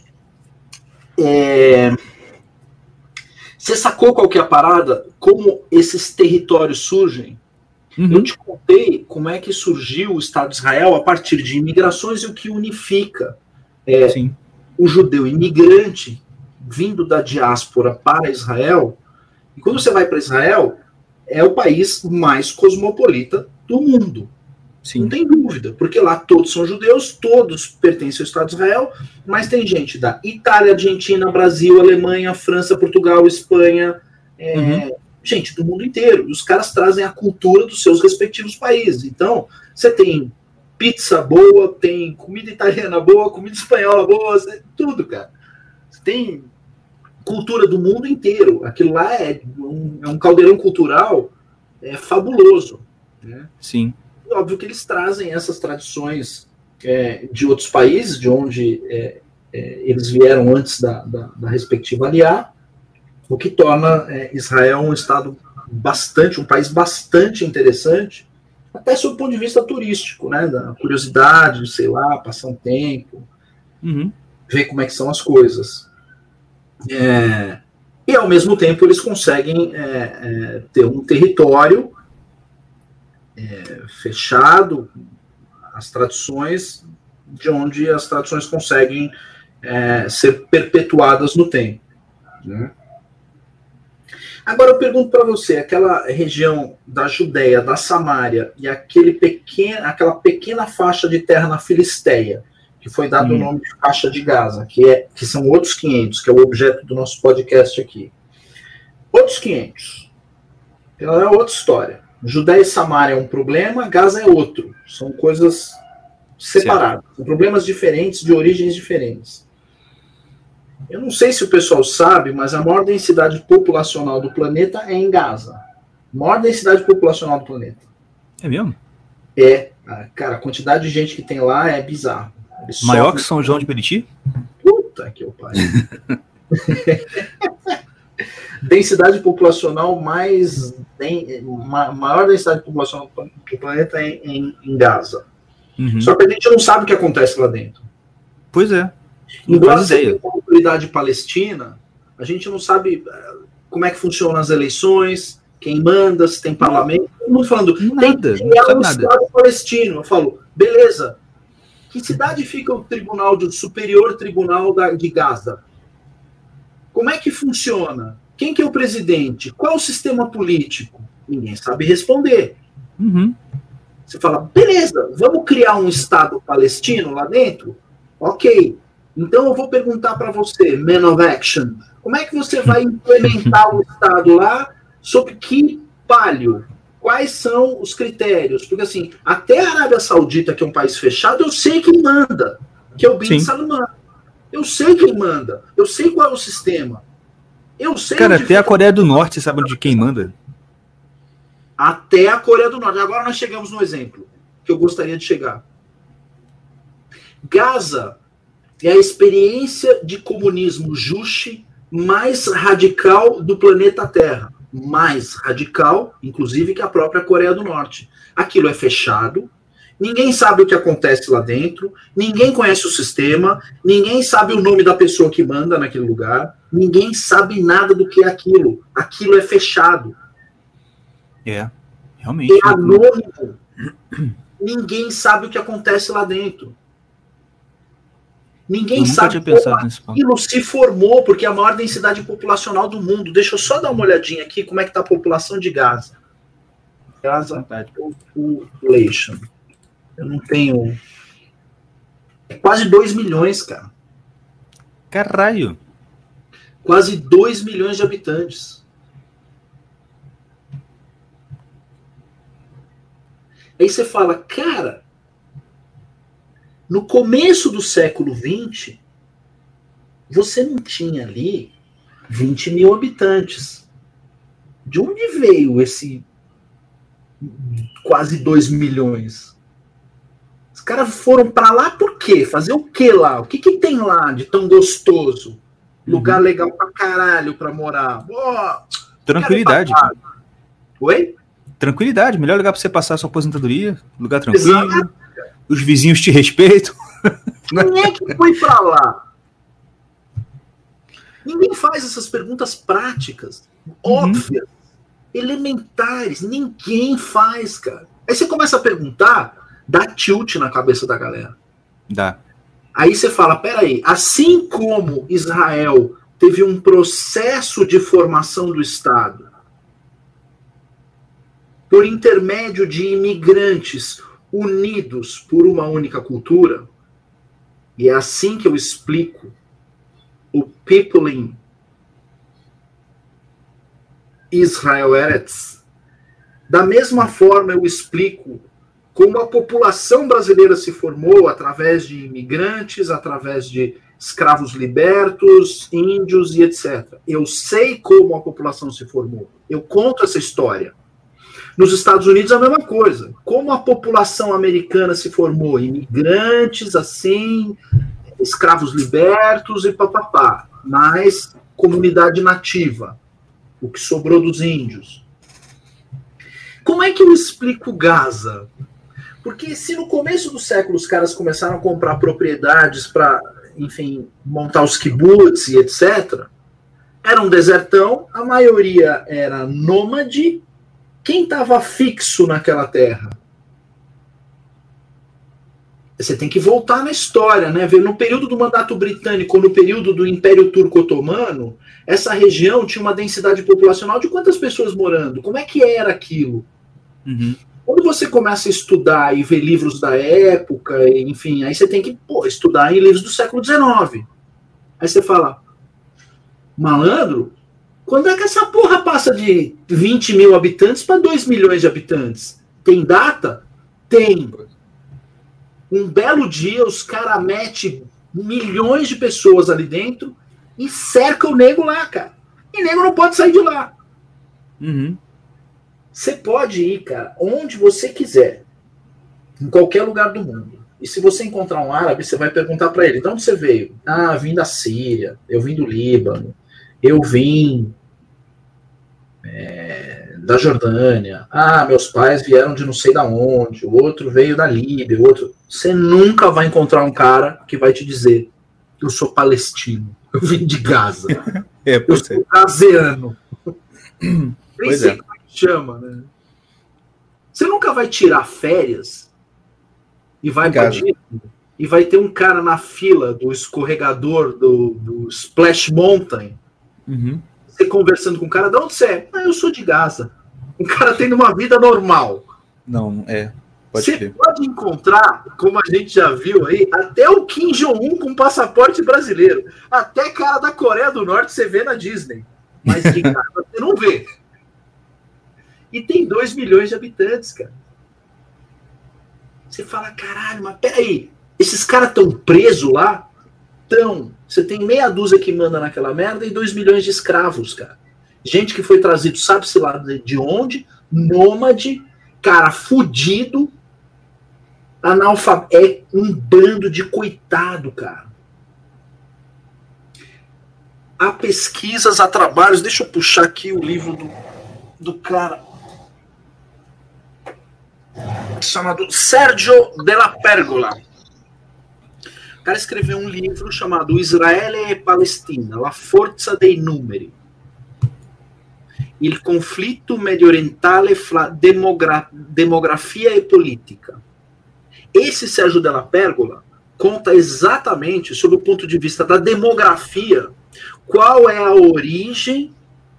você sacou qual que é a parada? Como esses territórios surgem? Eu te contei como é que surgiu o Estado de Israel a partir de imigrações e o que unifica o judeu imigrante vindo da diáspora para Israel. E quando você vai para Israel, é o país mais cosmopolita do mundo. Sim. Não tem dúvida, porque lá todos são judeus, todos pertencem ao Estado de Israel, mas tem gente da Itália, Argentina, Brasil, Alemanha, França, Portugal, Espanha, gente do mundo inteiro. E os caras trazem a cultura dos seus respectivos países. Então, você tem pizza boa, tem comida italiana boa, comida espanhola boa, tudo, cara. Você tem cultura do mundo inteiro. Aquilo lá é um caldeirão cultural fabuloso. Né?
Sim.
Óbvio que eles trazem essas tradições de outros países, de onde eles vieram antes da respectiva aliá, o que torna Israel um país bastante interessante, até sob o ponto de vista turístico, né, da curiosidade, sei lá, passar um tempo, ver como é que são as coisas. E ao mesmo tempo eles conseguem ter um território fechado, as tradições, de onde as tradições conseguem ser perpetuadas no tempo. Né? Agora eu pergunto para você, aquela região da Judéia, da Samária, e aquela pequena faixa de terra na Filisteia, que foi dado o nome de faixa de Gaza, que são outros 500, que é o objeto do nosso podcast aqui. Outros 500. Ela é outra história. Judéia e Samária é um problema, Gaza é outro. São coisas separadas. São problemas diferentes, de origens diferentes. Eu não sei se o pessoal sabe, mas a maior densidade populacional do planeta é em Gaza. Maior densidade populacional do planeta.
É mesmo?
Cara, a quantidade de gente que tem lá é bizarro.
Maior que São João de Meriti?
Puta que o pai. Densidade populacional maior densidade populacional do planeta é em Gaza. Só que a gente não sabe o que acontece lá dentro.
Pois é.
Embora seja uma autoridade palestina, a gente não sabe como é que funcionam as eleições, quem manda, se tem parlamento. Todo mundo falando, tem que criar um Estado palestino. Eu falo, beleza. Que cidade fica o Superior Tribunal de Gaza? Como é que funciona? Quem que é o presidente? Qual é o sistema político? Ninguém sabe responder. Você fala, beleza, vamos criar um Estado palestino lá dentro? Ok. Então eu vou perguntar para você, Man of Action, como é que você vai implementar o Estado lá? Sob que palio? quais são os critérios? Porque assim, até a Arábia Saudita, que é um país fechado, eu sei quem manda, que é o Bin Salman. Eu sei quem manda, eu sei qual é o sistema. Eu sei.
Cara, até a Coreia do Norte sabe de quem manda.
Até a Coreia do Norte. Agora nós chegamos no exemplo que eu gostaria de chegar. Gaza é a experiência de comunismo juche mais radical do planeta Terra. Mais radical, inclusive, que a própria Coreia do Norte. Aquilo é fechado, ninguém sabe o que acontece lá dentro, ninguém conhece o sistema, ninguém sabe o nome da pessoa que manda naquele lugar, ninguém sabe nada do que é aquilo. Aquilo é fechado.
É, realmente.
É anônimo. Ninguém sabe o que acontece lá dentro. Ninguém sabe como aquilo se formou, porque é a maior densidade populacional do mundo. Deixa eu só dar uma olhadinha aqui como é que está a população de Gaza. Gaza population. Eu não tenho... É quase 2 milhões, cara.
Caralho.
Quase 2 milhões de habitantes. Aí você fala, cara... No começo do século XX, você não tinha ali 20 mil habitantes. De onde veio esse quase 2 milhões? Os caras foram para lá por quê? Fazer o quê lá? O que tem lá de tão gostoso? Lugar legal pra caralho pra morar.
Tranquilidade.
Oi?
Tranquilidade. Melhor lugar pra você passar a sua aposentadoria. Lugar tranquilo.
Exato.
Os vizinhos te respeitam.
Quem é que foi pra lá? Ninguém faz essas perguntas práticas, óbvias, elementares. Ninguém faz, cara. Aí você começa a perguntar, dá tilt na cabeça da galera.
Dá.
Aí você fala, peraí, assim como Israel teve um processo de formação do Estado por intermédio de imigrantes unidos por uma única cultura, e é assim que eu explico o peopling Israel Eretz. Da mesma forma eu explico como a população brasileira se formou através de imigrantes, através de escravos libertos, índios e etc. Eu sei como a população se formou. Eu conto essa história. Nos Estados Unidos é a mesma coisa. Como a população americana se formou? Imigrantes, assim, escravos libertos e papapá. Mas comunidade nativa, o que sobrou dos índios. Como é que eu explico Gaza? Porque se no começo do século os caras começaram a comprar propriedades para, enfim, montar os kibbutz e etc., era um desertão, a maioria era nômade. Quem estava fixo naquela terra? Você tem que voltar na história, né? Ver no período do mandato britânico, no período do Império Turco-Otomano, essa região tinha uma densidade populacional de quantas pessoas morando? Como é que era aquilo? Quando você começa a estudar e ver livros da época, enfim, aí você tem que estudar em livros do século XIX. Aí você fala, malandro, quando é que essa porra passa de 20 mil habitantes para 2 milhões de habitantes? Tem data? Tem. Um belo dia, os caras metem milhões de pessoas ali dentro e cercam o nego lá, cara. E o nego não pode sair de lá. Você pode ir, cara, onde você quiser. Em qualquer lugar do mundo. E se você encontrar um árabe, você vai perguntar para ele, de onde você veio? Ah, vim da Síria, eu vim do Líbano, eu vim da Jordânia. Ah, meus pais vieram de não sei da onde, o outro veio da Líbia, o outro... Você nunca vai encontrar um cara que vai te dizer, eu sou palestino, eu vim de Gaza, eu sou gazeano. Nem sei como chama, né? Você nunca vai tirar férias e vai pra Disney e vai ter um cara na fila do escorregador do Splash Mountain, você conversando com o cara, de onde você é? Ah, eu sou de Gaza. Um cara tendo uma vida normal.
Não,
você pode encontrar, como a gente já viu aí, até o Kim Jong-un com passaporte brasileiro. Até cara da Coreia do Norte você vê na Disney. Mas de Gaza você não vê. e tem 2 milhões de habitantes, cara. Você fala, caralho, mas peraí, esses caras estão presos lá? Então, você tem meia dúzia que manda naquela merda e 2 milhões de escravos, cara. Gente que foi trazido, sabe-se lá de onde, nômade, cara, fudido, analfabeto, é um bando de coitado, cara. Há pesquisas, há trabalhos, deixa eu puxar aqui o livro do cara, chamado Sergio Della Pergola. O cara escreveu um livro chamado Israele e Palestina, La forza dei numeri. Il conflitto mediorientale fra demografia e política. Esse Sérgio Della Pergola conta exatamente, sob o ponto de vista da demografia, qual é a origem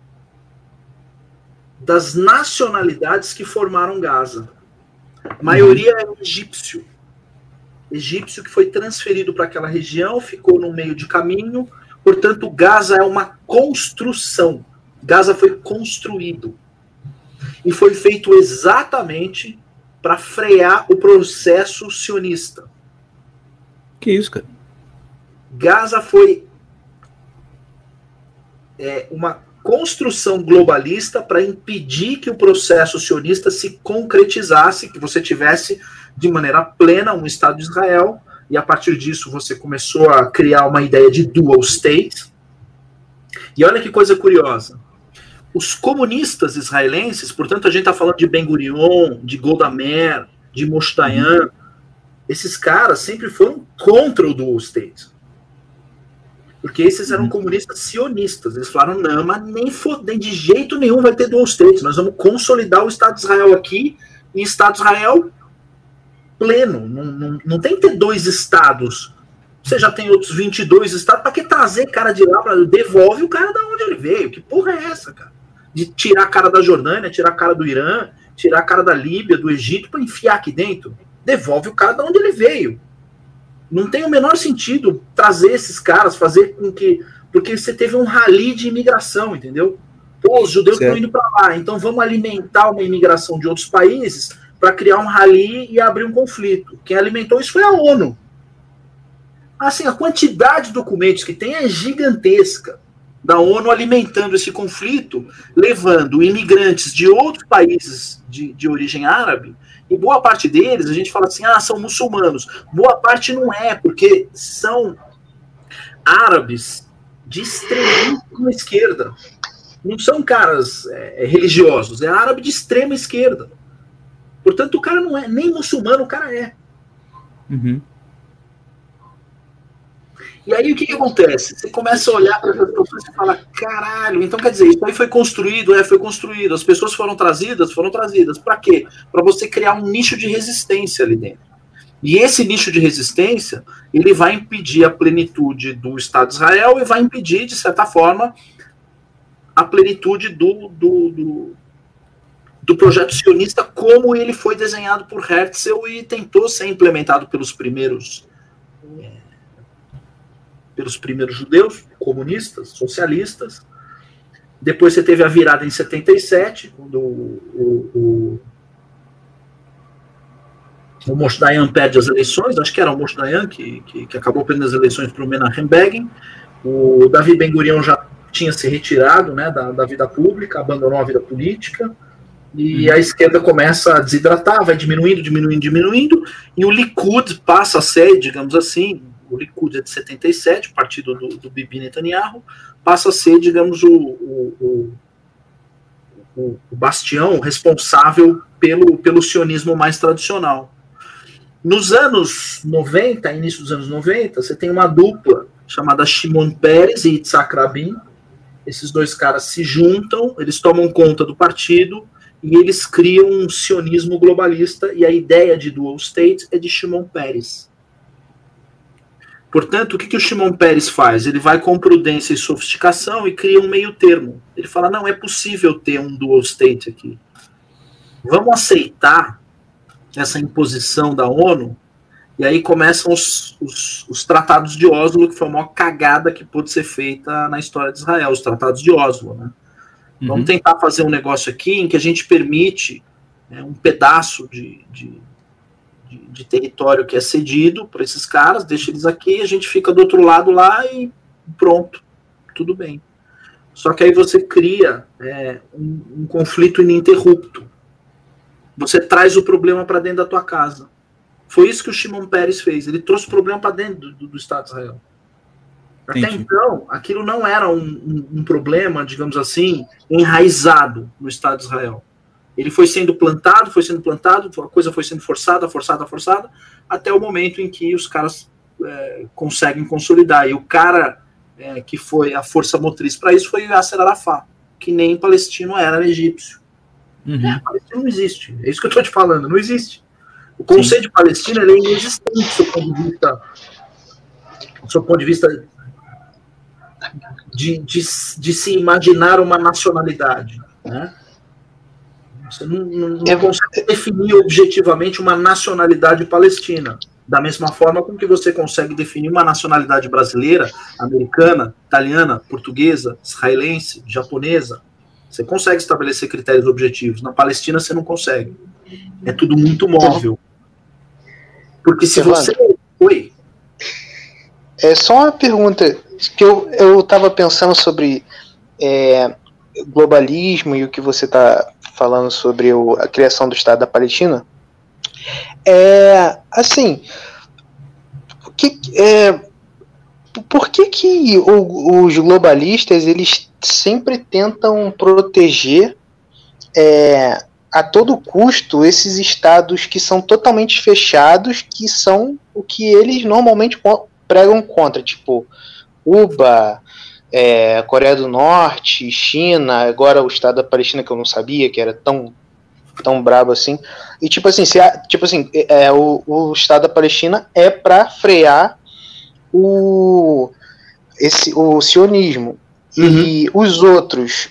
das nacionalidades que formaram Gaza. A maioria é egípcio. Egípcio que foi transferido para aquela região, ficou no meio de caminho, portanto, Gaza é uma construção. Gaza foi construído. E foi feito exatamente para frear o processo sionista.
Que isso, cara?
Gaza foi uma construção globalista para impedir que o processo sionista se concretizasse, que você tivesse de maneira plena um Estado de Israel, e a partir disso você começou a criar uma ideia de dual state. E olha que coisa curiosa. Os comunistas israelenses, portanto a gente está falando de Ben-Gurion, de Golda Meir, de Moshe Dayan, esses caras sempre foram contra o dual state. Porque esses eram comunistas sionistas. Eles falaram, não, mas nem de jeito nenhum vai ter dual state. Nós vamos consolidar o Estado de Israel aqui, e Estado de Israel pleno. Não tem que ter 2 estados. Você já tem outros 22 estados. Para que trazer cara de lá? Devolve o cara da onde ele veio. Que porra é essa, cara? De tirar a cara da Jordânia, tirar a cara do Irã, tirar a cara da Líbia, do Egito, para enfiar aqui dentro. Devolve o cara da onde ele veio. Não tem o menor sentido trazer esses caras, fazer com que... Porque você teve um rally de imigração, entendeu? Pô, os judeus estão indo para lá, então vamos alimentar uma imigração de outros países para criar um rally e abrir um conflito. Quem alimentou isso foi a ONU. Assim, a quantidade de documentos que tem é gigantesca, da ONU alimentando esse conflito, levando imigrantes de outros países de origem árabe, e boa parte deles, a gente fala assim, são muçulmanos. Boa parte não é, porque são árabes de extrema esquerda. Não são caras religiosos, é árabe de extrema esquerda. Portanto, o cara não é nem muçulmano, o cara é.
Uhum.
E aí o que acontece? Você começa a olhar para as pessoas e fala, caralho, então quer dizer, isso aí foi construído, foi construído, as pessoas foram trazidas. Para quê? Para você criar um nicho de resistência ali dentro. E esse nicho de resistência, ele vai impedir a plenitude do Estado de Israel e vai impedir, de certa forma, a plenitude do projeto sionista como ele foi desenhado por Herzl e tentou ser implementado pelos primeiros judeus, comunistas, socialistas. Depois você teve a virada em 77, quando o Moshe Dayan perde as eleições, acho que era o Moshe Dayan que acabou perdendo as eleições para o Menachem Begin. O Davi Ben-Gurion já tinha se retirado, né, da vida pública, abandonou a vida política, e a esquerda começa a desidratar, vai diminuindo, e o Likud passa a ser, digamos assim, o Likud é de 77, o partido do Bibi Netanyahu, passa a ser, digamos, o bastião responsável pelo sionismo mais tradicional. Nos anos 90, início dos anos 90, você tem uma dupla chamada Shimon Peres e Yitzhak Rabin. Esses dois caras se juntam, eles tomam conta do partido e eles criam um sionismo globalista, e a ideia de dual state é de Shimon Peres. Portanto, o que o Shimon Peres faz? Ele vai com prudência e sofisticação e cria um meio termo. Ele fala, não, é possível ter um dual state aqui. Vamos aceitar essa imposição da ONU, e aí começam os tratados de Oslo, que foi a maior cagada que pôde ser feita na história de Israel, os tratados de Oslo, né? Vamos tentar fazer um negócio aqui em que a gente permite um pedaço de território que é cedido para esses caras, deixa eles aqui, a gente fica do outro lado lá e pronto, tudo bem. Só que aí você cria um conflito ininterrupto. Você traz o problema para dentro da tua casa. Foi isso que o Shimon Peres fez. Ele trouxe o problema para dentro do Estado de Israel. Até então, aquilo não era um problema, digamos assim, enraizado no Estado de Israel. Ele foi sendo plantado, a coisa foi sendo forçada, até o momento em que os caras conseguem consolidar. E o cara que foi a força motriz para isso foi Yasser Arafat, que nem palestino era egípcio. Palestino não existe. É isso que eu estou te falando, não existe. O conceito de Palestina é inexistente do seu ponto de vista de se imaginar uma nacionalidade, né? Você não consegue definir objetivamente uma nacionalidade palestina, da mesma forma com que você consegue definir uma nacionalidade brasileira, americana, italiana, portuguesa, israelense, japonesa. Você consegue estabelecer critérios objetivos. Na Palestina você não consegue. É tudo muito móvel. Porque se você... Oi?
É só uma pergunta que eu estava pensando sobre globalismo e o que você está falando sobre a criação do Estado da Palestina. Assim, por que os globalistas eles sempre tentam proteger a todo custo esses estados que são totalmente fechados, que são o que eles normalmente pregam contra, tipo Cuba, Coreia do Norte, China, agora o Estado da Palestina, que eu não sabia que era tão brabo assim. E tipo assim, o Estado da Palestina é para frear o sionismo. E os outros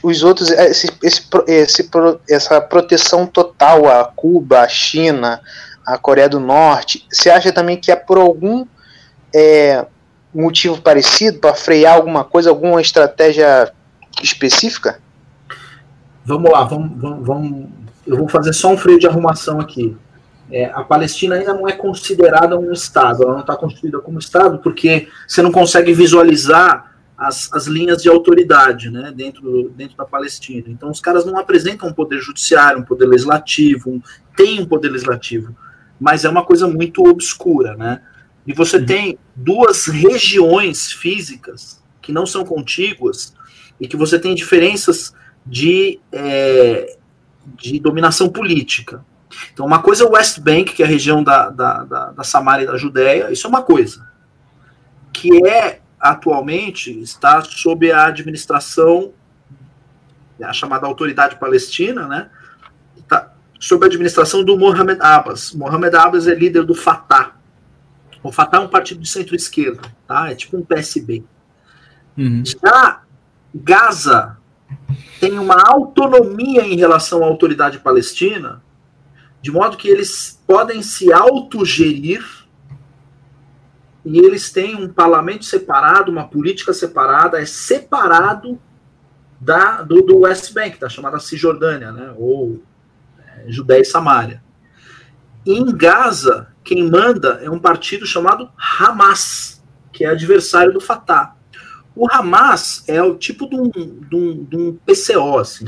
essa proteção total a Cuba, a China, a Coreia do Norte, você acha também que é por algum motivo parecido, para frear alguma coisa, alguma estratégia específica?
Vamos lá, eu vou fazer só um freio de arrumação aqui. A Palestina ainda não é considerada um Estado, ela não está constituída como Estado, porque você não consegue visualizar as linhas de autoridade, né, dentro da Palestina. Então os caras não apresentam um poder judiciário, um poder legislativo, tem um poder legislativo, mas é uma coisa muito obscura, né? E você tem duas regiões físicas que não são contíguas e que você tem diferenças de dominação política. Então, uma coisa é o West Bank, que é a região da Samária e da Judéia, isso é uma coisa, que atualmente está sob a administração, a chamada Autoridade Palestina, né? Está sob a administração do Mohamed Abbas. Mohamed Abbas é líder do Fatah. O Fatah é um partido de centro-esquerda, tá? É tipo um PSB. Já Gaza tem uma autonomia em relação à Autoridade Palestina, de modo que eles podem se autogerir e eles têm um parlamento separado, uma política separada, é separado do West Bank, da chamada Cisjordânia, né, ou Judéia e Samária. E em Gaza, quem manda é um partido chamado Hamas, que é adversário do Fatah. O Hamas é o tipo de um PCO, assim.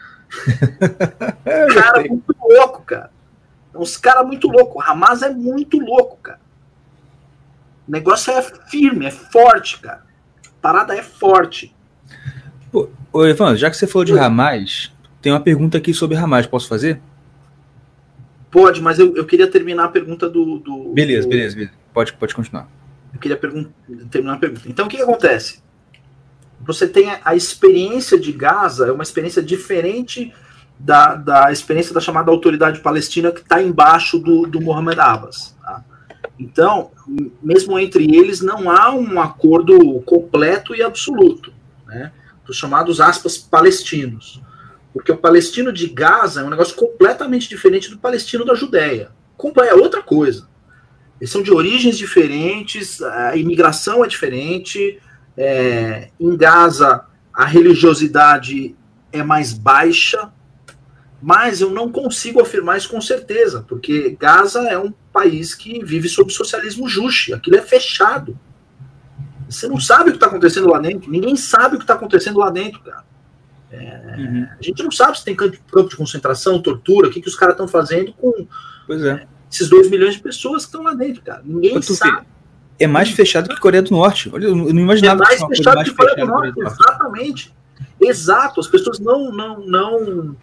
Cara muito louco, cara. Uns caras muito loucos. O Hamas é muito louco, cara. O negócio é firme, é forte, cara. A parada é forte.
Pô, Evandro, já que você falou de Hamas, tem uma pergunta aqui sobre Hamas. Posso fazer?
Pode, mas eu queria terminar a pergunta do...
Beleza. Pode continuar.
Eu queria terminar a pergunta. Então, o que acontece? Você tem a experiência de Gaza, é uma experiência diferente da experiência da chamada Autoridade Palestina, que está embaixo do Mohamed Abbas. Tá? Então, mesmo entre eles, não há um acordo completo e absoluto, né, dos chamados, aspas, palestinos. Porque o palestino de Gaza é um negócio completamente diferente do palestino da Judéia. É outra coisa. Eles são de origens diferentes, a imigração é diferente. Em Gaza, a religiosidade é mais baixa, mas eu não consigo afirmar isso com certeza, porque Gaza é um país que vive sob socialismo justo, aquilo é fechado. Você não sabe o que está acontecendo lá dentro, ninguém sabe o que está acontecendo lá dentro, cara. A gente não sabe se tem campo de concentração, tortura, o que os caras estão fazendo com esses 2 milhões de pessoas que estão lá dentro, cara. Ninguém sabe.
É mais fechado que Coreia do Norte. Olha, eu não imaginava
que fosse mais fechado que Coreia do Norte. Exatamente. Exato. As pessoas não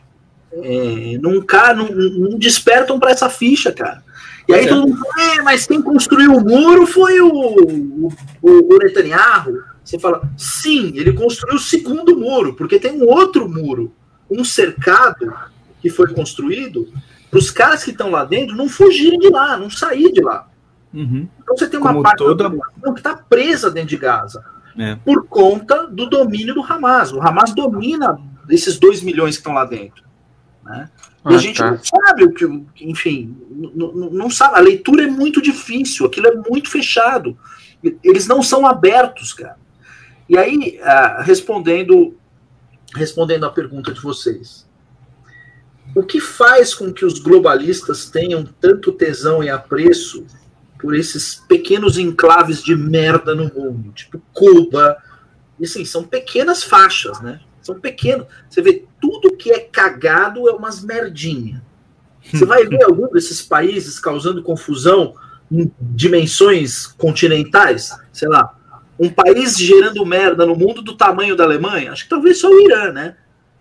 despertam para essa ficha, cara. E aí todo mundo fala, mas quem construiu o muro foi o Netanyahu. Você fala, sim, ele construiu o segundo muro, porque tem um outro muro, um cercado que foi construído para os caras que estão lá dentro não fugirem de lá, não sair de lá. Então você tem uma parte da população que está presa dentro de Gaza por conta do domínio do Hamas. O Hamas domina esses 2 milhões que estão lá dentro, né? E a gente não sabe o que, enfim, não sabe. A leitura é muito difícil, aquilo é muito fechado. Eles não são abertos, cara. E aí, respondendo a pergunta de vocês, o que faz com que os globalistas tenham tanto tesão e apreço por esses pequenos enclaves de merda no mundo, tipo Cuba, e assim, são pequenas faixas, né? São pequenos. Você vê, tudo que é cagado é umas merdinhas. Você vai ver algum desses países causando confusão em dimensões continentais? Sei lá, um país gerando merda no mundo do tamanho da Alemanha? Acho que talvez só o Irã, né?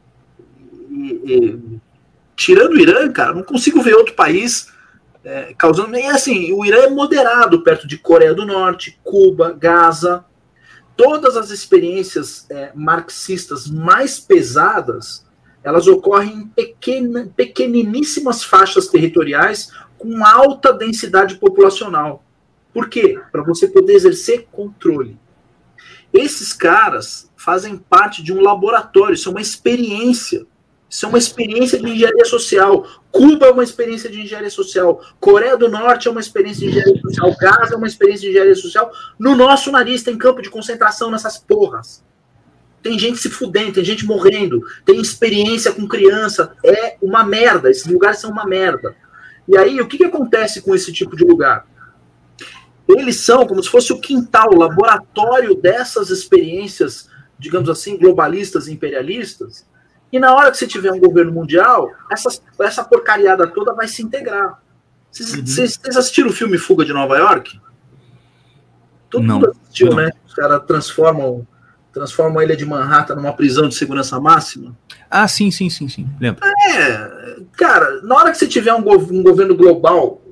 Tirando o Irã, cara, não consigo ver outro país causando... E assim, o Irã é moderado perto de Coreia do Norte, Cuba, Gaza. Todas as experiências marxistas mais pesadas, elas ocorrem em pequeniníssimas faixas territoriais com alta densidade populacional. Por quê? Para você poder exercer controle. Esses caras fazem parte de um laboratório, isso é uma experiência. Isso é uma experiência de engenharia social. Cuba é uma experiência de engenharia social. Coreia do Norte é uma experiência de engenharia social. Gaza é uma experiência de engenharia social. No nosso nariz tem campo de concentração nessas porras. Tem gente se fudendo, tem gente morrendo. Tem experiência com criança. É uma merda. Esses lugares são uma merda. E aí, o que acontece com esse tipo de lugar? Eles são como se fosse o quintal, o laboratório dessas experiências, digamos assim, globalistas e imperialistas. E na hora que você tiver um governo mundial, essa porcariada toda vai se integrar. Vocês assistiram o filme Fuga de Nova York? Todo mundo assistiu, né? Os caras transformam a ilha de Manhattan numa prisão de segurança máxima.
Ah, sim. Lembro.
Cara, na hora que você tiver um governo global,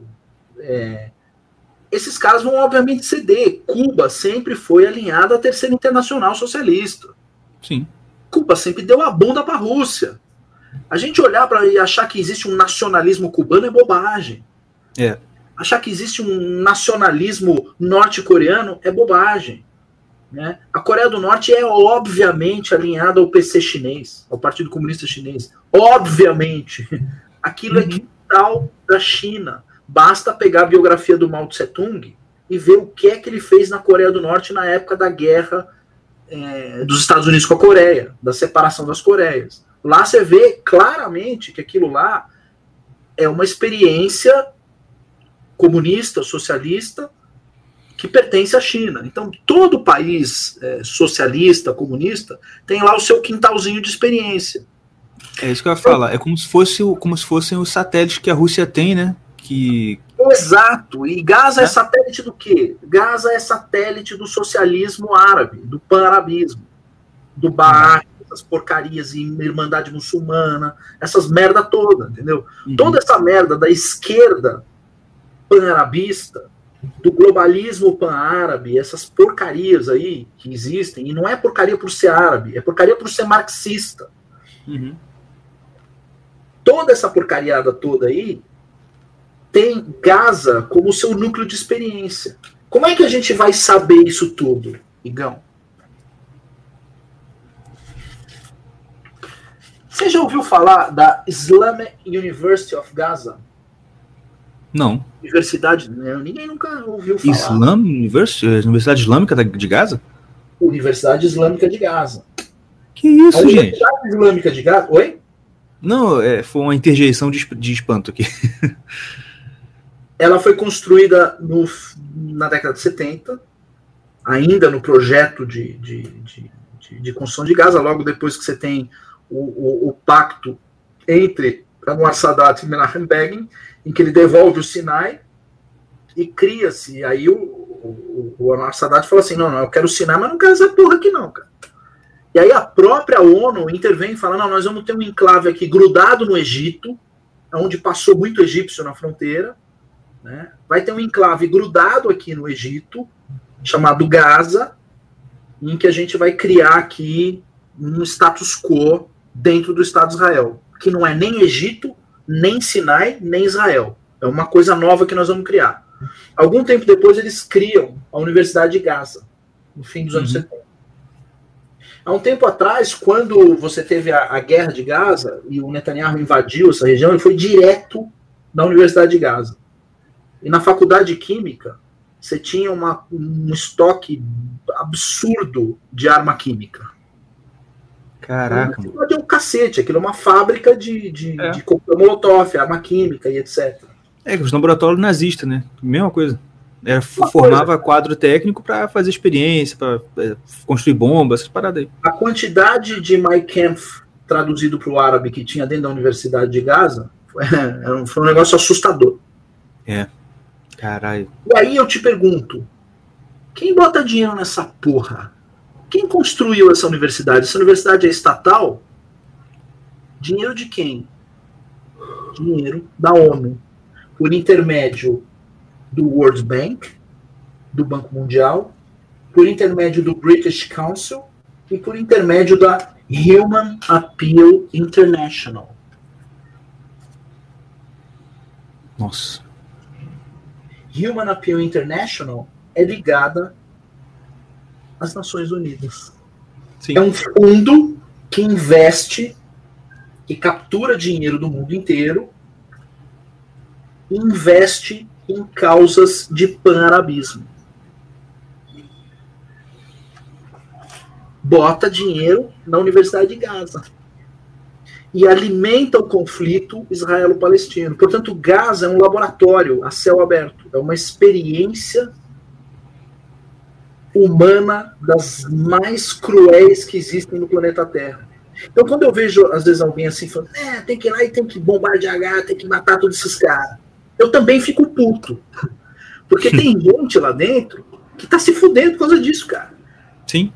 esses caras vão obviamente ceder. Cuba sempre foi alinhada à Terceira Internacional Socialista.
Sim.
Cuba sempre deu a bunda para a Rússia. A gente olhar e achar que existe um nacionalismo cubano é bobagem. Achar que existe um nacionalismo norte-coreano é bobagem. Né? A Coreia do Norte é obviamente alinhada ao PC chinês, ao Partido Comunista Chinês. Obviamente. Aquilo é quintal da China. Basta pegar a biografia do Mao Tse-tung e ver o que é que ele fez na Coreia do Norte na época da guerra dos Estados Unidos com a Coreia, da separação das Coreias. Lá você vê claramente que aquilo lá é uma experiência comunista, socialista, que pertence à China. Então, todo país socialista, comunista, tem lá o seu quintalzinho de experiência.
É isso que eu ia falar. É como se fossem os satélites que a Rússia tem, né?
Exato. E Gaza é satélite do quê? Gaza é satélite do socialismo árabe, do pan-arabismo, do Baat, essas porcarias e irmandade muçulmana, essas merda toda, entendeu? Toda essa merda da esquerda pan-arabista, do globalismo pan-árabe, essas porcarias aí que existem, e não é porcaria por ser árabe, é porcaria por ser marxista. Toda essa porcariada toda aí tem Gaza como seu núcleo de experiência. Como é que a gente vai saber isso tudo, Igão? Você já ouviu falar da Islamic University of Gaza?
Não.
Universidade? Ninguém nunca ouviu falar.
Universidade Islâmica de Gaza?
Universidade Islâmica de Gaza.
Que isso,
a
gente?
Universidade Islâmica de Gaza... Oi?
Não, foi uma interjeição de espanto aqui.
Ela foi construída na década de 70, ainda no projeto de construção de Gaza, logo depois que você tem o pacto entre Anwar Sadat e Menachem Begin, em que ele devolve o Sinai e cria-se. Aí o Anwar Sadat fala assim, não, eu quero o Sinai, mas não quero essa porra aqui não, cara. E aí a própria ONU intervém e fala, não, nós vamos ter um enclave aqui grudado no Egito, onde passou muito egípcio na fronteira, né? Vai ter um enclave grudado aqui no Egito, chamado Gaza, em que a gente vai criar aqui um status quo dentro do Estado de Israel, que não é nem Egito, nem Sinai, nem Israel. É uma coisa nova que nós vamos criar. Algum tempo depois eles criam a Universidade de Gaza, no fim dos anos 70. Há um tempo atrás, quando você teve a guerra de Gaza e o Netanyahu invadiu essa região, ele foi direto na Universidade de Gaza. E na faculdade de Química, você tinha um estoque absurdo de arma química.
Caraca.
Aquilo é um cacete, aquilo é uma fábrica de coquetel molotov, arma química e etc.
Os laboratórios nazistas, né? Mesma coisa. Formava quadro técnico para fazer experiência, para construir bombas, essas paradas aí.
A quantidade de Mein Kampf traduzido para o árabe que tinha dentro da Universidade de Gaza foi um negócio assustador.
Caralho.
E aí eu te pergunto, quem bota dinheiro nessa porra? Quem construiu essa universidade? Essa universidade é estatal? Dinheiro de quem? Dinheiro da ONU. Por intermédio do World Bank, do Banco Mundial, por intermédio do British Council e por intermédio da Human Appeal International.
Nossa.
Human Appeal International é ligada às Nações Unidas.
Sim.
É um fundo que investe, que captura dinheiro do mundo inteiro e investe em causas de pan-arabismo. Bota dinheiro na Universidade de Gaza. E alimenta o conflito israelo-palestino. Portanto, Gaza é um laboratório a céu aberto. É uma experiência humana das mais cruéis que existem no planeta Terra. Então, quando eu vejo, às vezes, alguém assim falando, tem que ir lá e tem que bombardear, tem que matar todos esses caras, eu também fico puto. Porque tem gente lá dentro que tá se fudendo por causa disso, cara.
Sim.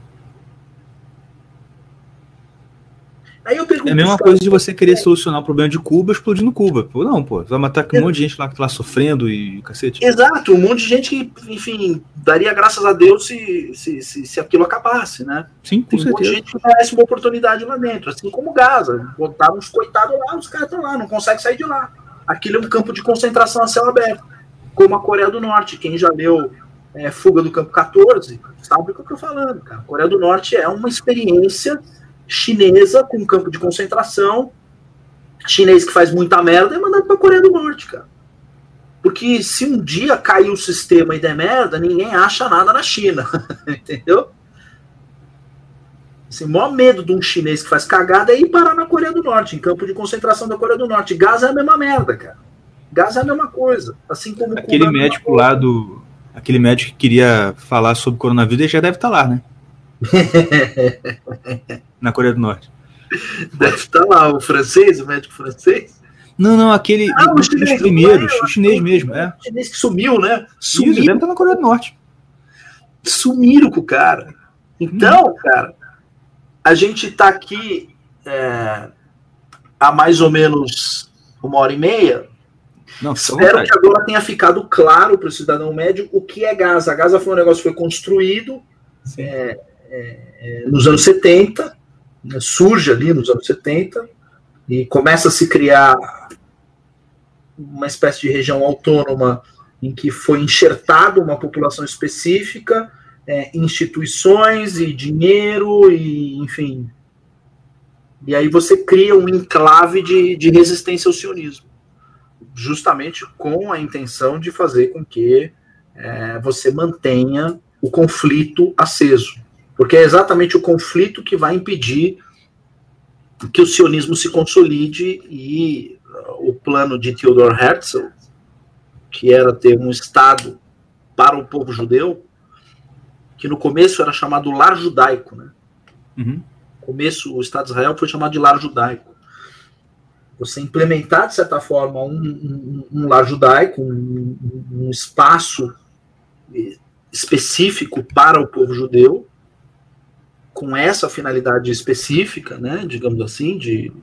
Aí eu pergunto,
é a mesma coisa de você querer solucionar o problema de Cuba explodindo Cuba. Pô, não, pô, vai matar um monte de gente lá que tá lá sofrendo e cacete.
Exato, um monte de gente que, enfim, daria graças a Deus se aquilo acabasse, né?
Sim, com
tem
certeza.
Um monte de gente que merece uma oportunidade lá dentro, assim como Gaza. Botaram uns coitados lá, os caras estão lá, não conseguem sair de lá. Aquilo é um campo de concentração a céu aberto, como a Coreia do Norte. Quem já leu Fuga do Campo 14 sabe o que eu tô falando, cara. A Coreia do Norte é uma experiência chinesa com um campo de concentração. Chinês que faz muita merda é mandado pra Coreia do Norte, cara. Porque se um dia cair o sistema e der merda, ninguém acha nada na China. Entendeu? Assim, o maior medo de um chinês que faz cagada é ir parar na Coreia do Norte, em campo de concentração da Coreia do Norte. Gaza é a mesma merda, cara. Gaza é a mesma coisa. Assim como
aquele médico lá aquele médico que queria falar sobre coronavírus, ele já deve estar lá, né? Na Coreia do Norte.
Deve estar lá, o francês, o médico francês.
Não, aquele dos primeiros, o chinês mesmo,
O chinês que sumiu, né?
Sumiu. Isso, deve estar na Coreia do Norte.
Sumiram com o cara. Então, cara, a gente está aqui há mais ou menos 1h30.
Não,
espero que agora tenha ficado claro para o cidadão médio o que é Gaza. A Gaza foi um negócio que foi construído nos anos 70, né, surge ali nos anos 70 e começa a se criar uma espécie de região autônoma em que foi enxertada uma população específica, instituições e dinheiro, e enfim. E aí você cria um enclave de resistência ao sionismo, justamente com a intenção de fazer com que você mantenha o conflito aceso. Porque é exatamente o conflito que vai impedir que o sionismo se consolide e o plano de Theodor Herzl, que era ter um Estado para o povo judeu, que no começo era chamado lar judaico, né?
Uhum.
No começo, o Estado de Israel foi chamado de lar judaico. Você implementar, de certa forma, um lar judaico, um espaço específico para o povo judeu, com essa finalidade específica, né, digamos assim,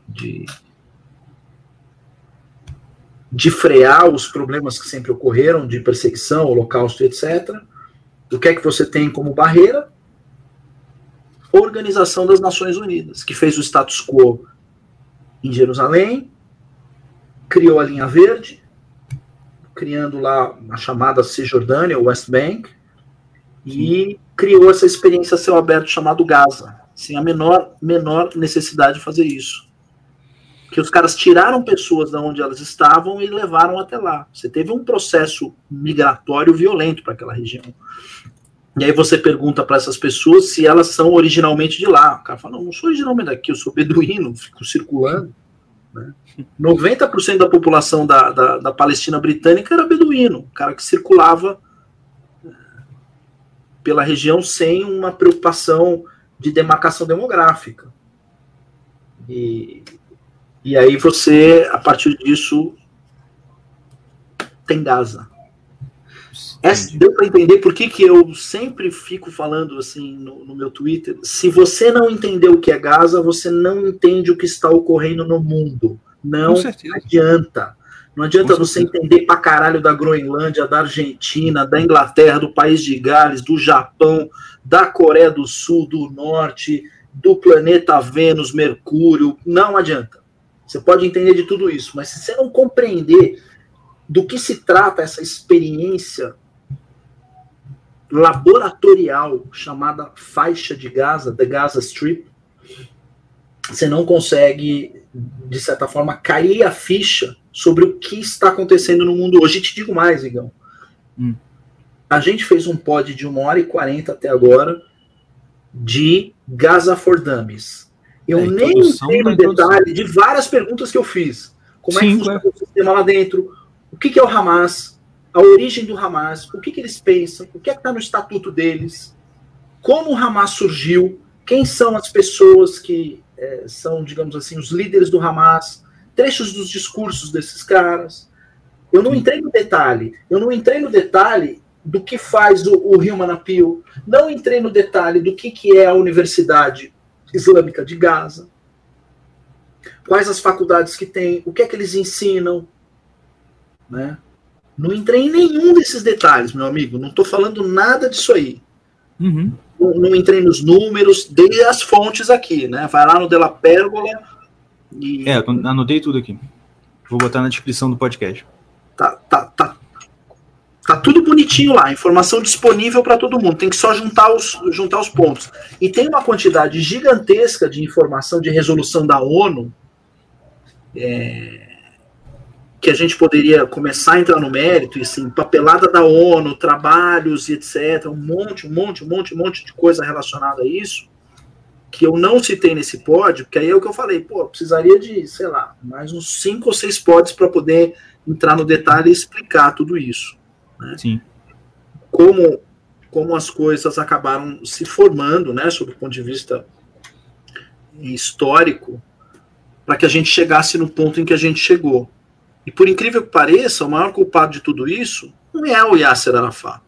de frear os problemas que sempre ocorreram, de perseguição, holocausto, etc. O que é que você tem como barreira? Organização das Nações Unidas, que fez o status quo em Jerusalém, criou a linha verde, criando lá a chamada Cisjordânia, o West Bank, e criou essa experiência a céu aberto chamado Gaza, sem a menor necessidade de fazer isso. Que os caras tiraram pessoas de onde elas estavam e levaram até lá. Você teve um processo migratório violento para aquela região. E aí você pergunta para essas pessoas se elas são originalmente de lá. O cara fala, não sou originalmente daqui, eu sou beduíno, fico circulando. Né? 90% da população da Palestina britânica era beduíno, cara que circulava pela região sem uma preocupação de demarcação demográfica. E aí você, a partir disso, tem Gaza. Deu para entender por que eu sempre fico falando assim no meu Twitter? Se você não entender o que é Gaza, você não entende o que está ocorrendo no mundo. Não adianta. Não adianta você entender pra caralho da Groenlândia, da Argentina, da Inglaterra, do País de Gales, do Japão, da Coreia do Sul, do Norte, do planeta Vênus, Mercúrio. Não adianta. Você pode entender de tudo isso, mas se você não compreender do que se trata essa experiência laboratorial chamada faixa de Gaza, The Gaza Strip, você não consegue, de certa forma, cair a ficha sobre o que está acontecendo no mundo hoje. E te digo mais, Igão. A gente fez um pod de 1h40 até agora de Gaza for Dummies. Eu nem entrei no detalhe de várias perguntas que eu fiz. Como é que funciona o sistema lá dentro? O que é o Hamas? A origem do Hamas? O que eles pensam? O que está no estatuto deles? Como o Hamas surgiu? Quem são as pessoas que são, digamos assim, os líderes do Hamas? Trechos dos discursos desses caras. Eu não entrei no detalhe. Eu não entrei no detalhe do que faz o Human Appeal. Não entrei no detalhe do que é a Universidade Islâmica de Gaza. Quais as faculdades que tem. O que é que eles ensinam. Né? Não entrei em nenhum desses detalhes, meu amigo. Não estou falando nada disso aí.
Uhum.
Não entrei nos números. Dei as fontes aqui. Né? Vai lá no Della Pérgola.
Eu anotei tudo aqui. Vou botar na descrição do podcast.
Tá tudo bonitinho lá, informação disponível para todo mundo. Tem que só juntar os pontos. E tem uma quantidade gigantesca de informação de resolução da ONU que a gente poderia começar a entrar no mérito, e assim, papelada da ONU, trabalhos e etc. Um monte de coisa relacionada a isso, que eu não citei nesse pod, porque aí é o que eu falei, precisaria de, sei lá, mais uns 5 ou 6 pods para poder entrar no detalhe e explicar tudo isso. Né?
Sim.
Como as coisas acabaram se formando, né, sob o ponto de vista histórico, para que a gente chegasse no ponto em que a gente chegou. E por incrível que pareça, o maior culpado de tudo isso não é o Yasser Arafat.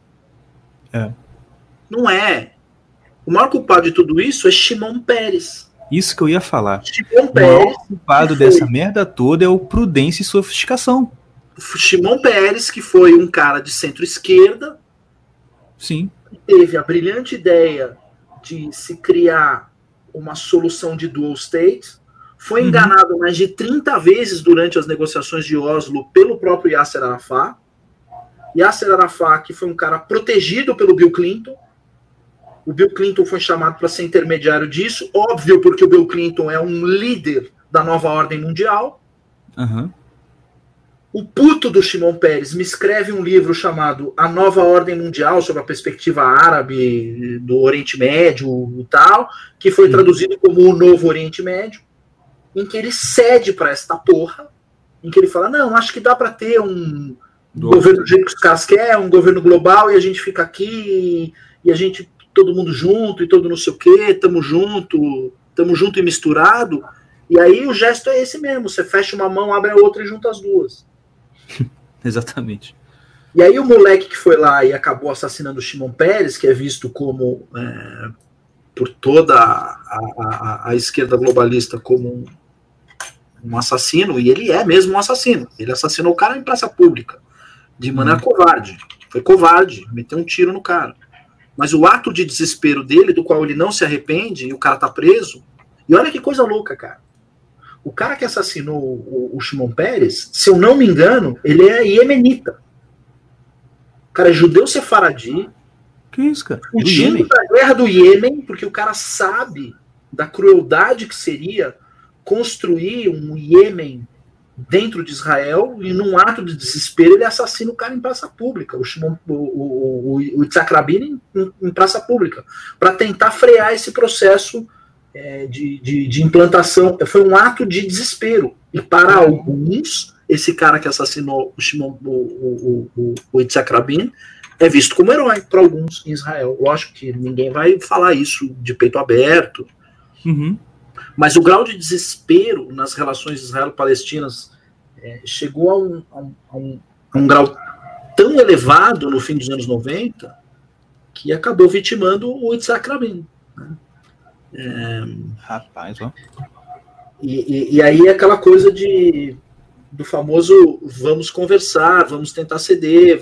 Não é. O maior culpado de tudo isso é Shimon Peres.
Isso que eu ia falar.
Shimon
o maior culpado dessa merda toda é o prudência e sofisticação.
Shimon Peres, que foi um cara de centro-esquerda,
sim,
teve a brilhante ideia de se criar uma solução de dual state, foi enganado mais de 30 vezes durante as negociações de Oslo pelo próprio Yasser Arafat. Yasser Arafat, que foi um cara protegido pelo Bill Clinton. O Bill Clinton foi chamado para ser intermediário disso, óbvio, porque o Bill Clinton é um líder da nova ordem mundial. O puto do Shimon Peres me escreve um livro chamado A Nova Ordem Mundial, sobre a perspectiva árabe do Oriente Médio e tal, que foi traduzido como O Novo Oriente Médio. em que ele cede para esta porra, em que ele fala, não, acho que dá para ter um governo do jeito que os caras querem, um governo global, e a gente fica aqui, e a gente, todo mundo junto, e todo não sei o quê, tamo junto e misturado, e aí o gesto é esse mesmo, você fecha uma mão, abre a outra e junta as duas.
Exatamente.
E aí o moleque que foi lá e acabou assassinando o Shimon Peres, que é visto como, por toda a esquerda globalista como um assassino, e ele é mesmo um assassino. Ele assassinou o cara em praça pública, de maneira covarde. Foi covarde, meteu um tiro no cara. Mas o ato de desespero dele, do qual ele não se arrepende, e o cara tá preso, e olha que coisa louca, cara. O cara que assassinou o Shimon Peres, se eu não me engano, ele é iemenita. O cara é judeu sefaradi.
Que isso, cara?
Fugindo da guerra do Iêmen, porque o cara sabe da crueldade que seria construir um Iêmen dentro de Israel, e num ato de desespero ele assassina o cara em praça pública, o Yitzhak Rabin em praça pública, para tentar frear esse processo de implantação. Foi um ato de desespero. E para alguns, esse cara que assassinou o Yitzhak Rabin é visto como herói para alguns em Israel. Lógico que ninguém vai falar isso de peito aberto.
Uhum.
Mas o grau de desespero nas relações israelo-palestinas chegou a um grau tão elevado no fim dos anos 90 que acabou vitimando o Yitzhak Rabin. Né?
Rapaz, ó.
E aí é aquela coisa do famoso vamos conversar, vamos tentar ceder,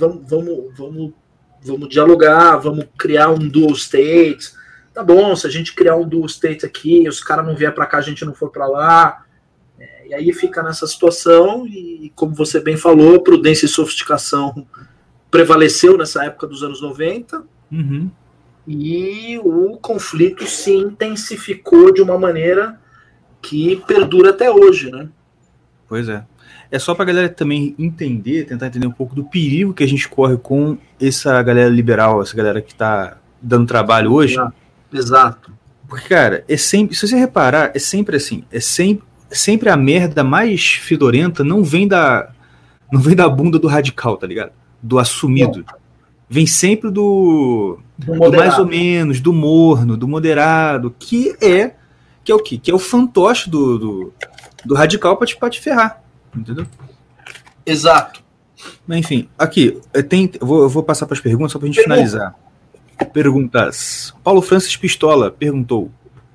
vamos dialogar, vamos criar um dual state. Tá bom, se a gente criar um dual state aqui, os caras não vier para cá, a gente não for para lá. E aí fica nessa situação, e como você bem falou, prudência e sofisticação prevaleceu nessa época dos anos 90,
uhum.
E o conflito se intensificou de uma maneira que perdura até hoje, né?
Pois é. É só pra galera também tentar entender um pouco do perigo que a gente corre com essa galera liberal, essa galera que tá dando trabalho hoje.
Exato.
Porque, cara, se você reparar, é sempre assim, sempre a merda mais fedorenta não vem da bunda do radical, tá ligado? Do assumido. Não. Vem sempre do mais ou menos, do morno, do moderado, que é o quê? Que é o fantoche do radical pra te ferrar, entendeu?
Exato.
Mas, enfim, aqui, eu vou passar para as perguntas só pra gente finalizar. Perguntas. Paulo Francis Pistola perguntou: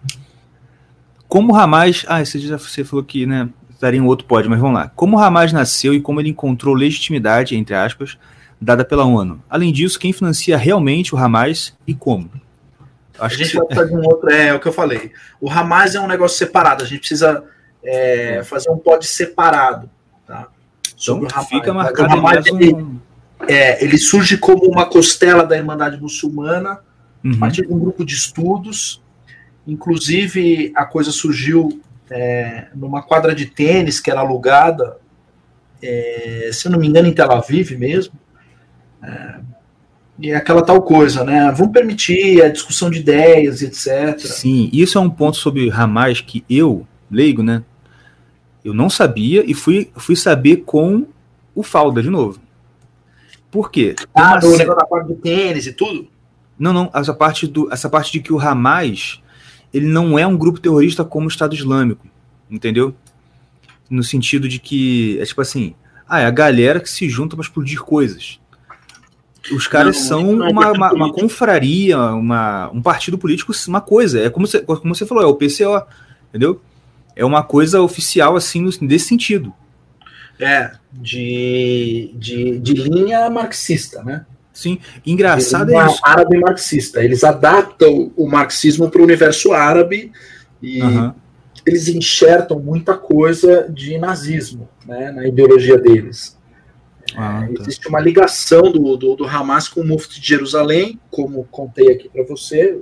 como Hamas... esse dia você falou que, né, daria um outro pódio, mas vamos lá. Como Hamas nasceu e como ele encontrou legitimidade, entre aspas, dada pela ONU? Além disso, quem financia realmente o Hamas e como?
Acho a gente vai fazer um outro... É o que eu falei. O Hamas é um negócio separado. A gente precisa fazer um pod separado. Tá?
Sobre então, o Hamas. Fica marcado.
O Hamas, ele surge como uma costela da Irmandade Muçulmana, a partir de um grupo de estudos. Inclusive, a coisa surgiu numa quadra de tênis que era alugada, se eu não me engano, em Tel Aviv mesmo. E é aquela tal coisa, né? Vamos permitir a discussão de ideias, etc.
Sim, isso é um ponto sobre Hamas que eu, leigo, né? Eu não sabia e fui saber com o Falda de novo. Por quê?
Do negócio da parte do tênis e tudo?
Não, essa parte de que o Hamas, ele não é um grupo terrorista como o Estado Islâmico, entendeu? No sentido de que, é tipo assim, é a galera que se junta para explodir coisas. Os caras são uma confraria, um partido político, uma coisa. É como você falou, é o PCO, entendeu? É uma coisa oficial, assim, desse sentido.
De linha marxista, né?
Sim, engraçado
é isso. Árabe marxista. Eles adaptam o marxismo para o universo árabe e eles enxertam muita coisa de nazismo, né, na ideologia deles. Existe uma ligação do Hamas com o Mufti de Jerusalém, como contei aqui para você,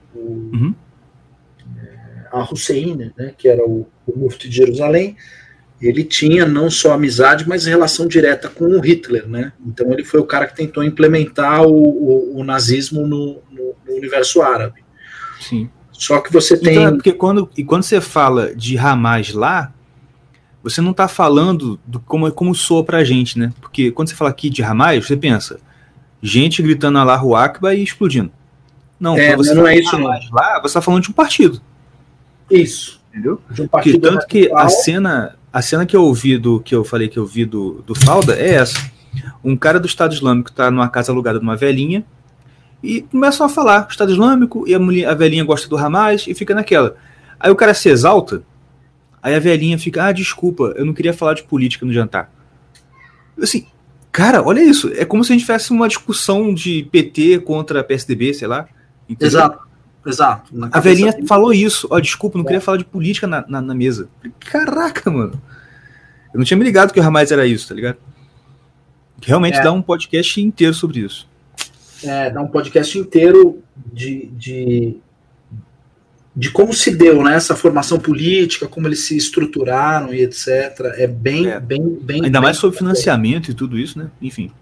a Hussein, né, que era o Mufti de Jerusalém. Ele tinha não só amizade, mas relação direta com o Hitler, né? Então ele foi o cara que tentou implementar o nazismo no universo árabe.
Sim.
Só que você tem...
Então, porque quando você fala de Hamas lá, você não está falando do como soa pra gente, né? Porque quando você fala aqui de Hamas, você pensa, gente gritando Allahu Akbar e explodindo. Não, quando você
não
fala
é
de
isso
Hamas lá, você está falando de um partido.
Isso.
Entendeu?
De um
Porque
partido
tanto que
radical.
a cena que eu falei que eu vi do Falda é essa. Um cara do Estado Islâmico está numa casa alugada de uma velhinha e começam a falar Estado Islâmico e a velhinha gosta do Hamas e fica naquela. Aí o cara se exalta, aí a velhinha fica, desculpa, eu não queria falar de política no jantar. Assim, cara, olha isso, é como se a gente tivesse uma discussão de PT contra PSDB, sei lá. Entendeu?
Exato.
A velhinha falou isso, desculpa, não queria falar de política na mesa. Caraca, mano. Eu não tinha me ligado que o Hamas era isso, tá ligado? Realmente dá um podcast inteiro sobre isso.
Dá um podcast inteiro de como se deu, né, essa formação política, como eles se estruturaram e etc. É bem.
Ainda mais sobre financiamento e tudo isso, né? Enfim.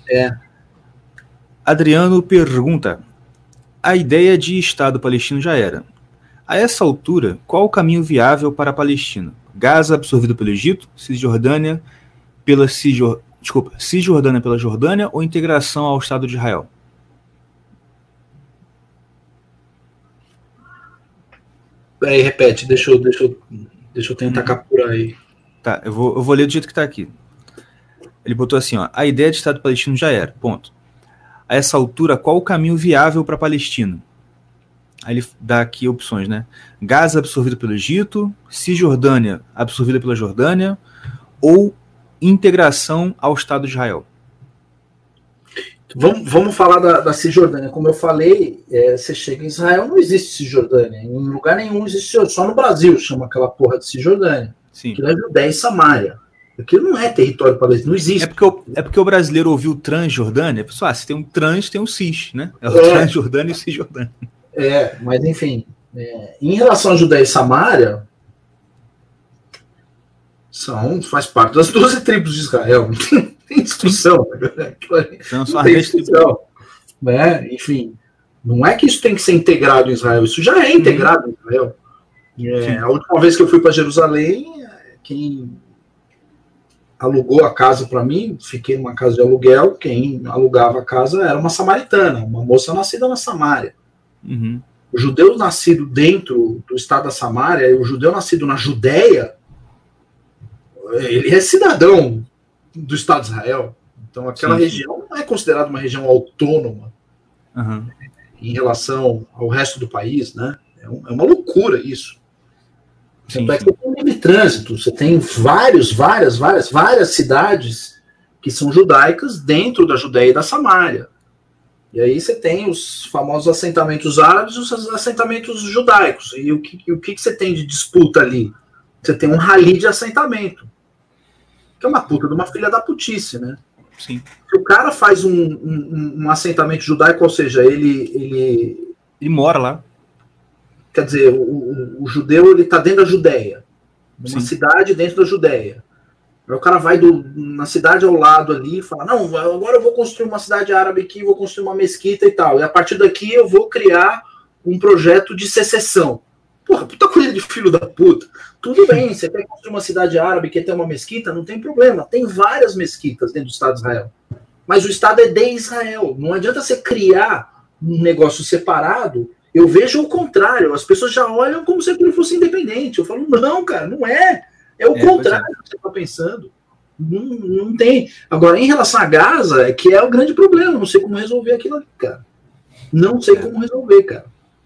Adriano pergunta: a ideia de Estado palestino já era. A essa altura, qual o caminho viável para a Palestina? Gaza absorvido pelo Egito, Cisjordânia pela Jordânia ou integração ao Estado de Israel?
Peraí, repete, deixa eu tentar capturar aí.
Tá, eu vou ler do jeito que tá aqui. Ele botou assim, a ideia de Estado palestino já era, ponto. A essa altura, qual o caminho viável para a Palestina? Aí ele dá aqui opções, né? Gaza absorvida pelo Egito, Cisjordânia absorvida pela Jordânia ou integração ao Estado de Israel?
Vamos falar da Cisjordânia. Como eu falei, você chega em Israel, não existe Cisjordânia. Em lugar nenhum existe, só no Brasil chama aquela porra de Cisjordânia.
Sim.
Aquilo é Judéia e Samária. Aquilo não é território palestino, não existe.
É porque o brasileiro ouviu Transjordânia, pessoal, se tem um trans, tem um cis, né? É o Transjordânia e o Cisjordânia.
Mas enfim, em relação a Judéia e Samária, faz parte das 12 tribos de Israel. Não tem discussão.
Não tem discussão.
Enfim, não é que isso tem que ser integrado em Israel, isso já é integrado em Israel. A última vez que eu fui para Jerusalém, quem alugou a casa para mim, fiquei numa casa de aluguel, quem alugava a casa era uma samaritana, uma moça nascida na Samária.
Uhum.
O judeu nascido dentro do estado da Samária e o judeu nascido na Judéia, ele é cidadão do Estado de Israel. Então aquela região não é considerada uma região autônoma em relação ao resto do país, né? É uma loucura isso. Tanto é que você tem um livre trânsito, você tem várias cidades que são judaicas dentro da Judéia e da Samária. E aí você tem os famosos assentamentos árabes e os assentamentos judaicos. E o que você tem de disputa ali? Você tem um rally de assentamento, que é uma puta de uma filha da putice, né?
Sim.
Se o cara faz um assentamento judaico, ou seja, ele
mora lá.
Quer dizer, o judeu ele está dentro da Judéia, numa cidade dentro da Judéia. Aí o cara vai na cidade ao lado ali e fala, não, agora eu vou construir uma cidade árabe aqui, vou construir uma mesquita e tal. E a partir daqui eu vou criar um projeto de secessão. Porra, puta coisa de filho da puta. Tudo bem, você quer construir uma cidade árabe, quer ter uma mesquita, não tem problema. Tem várias mesquitas dentro do Estado de Israel. Mas o Estado é de Israel. Não adianta você criar um negócio separado. Eu vejo o contrário. As pessoas já olham como se aquilo fosse independente. Eu falo, não, cara, não é. É o contrário que você está pensando. Não tem. Agora, em relação a Gaza, que é o grande problema. Não sei como resolver aquilo ali, cara. Não sei como resolver, cara.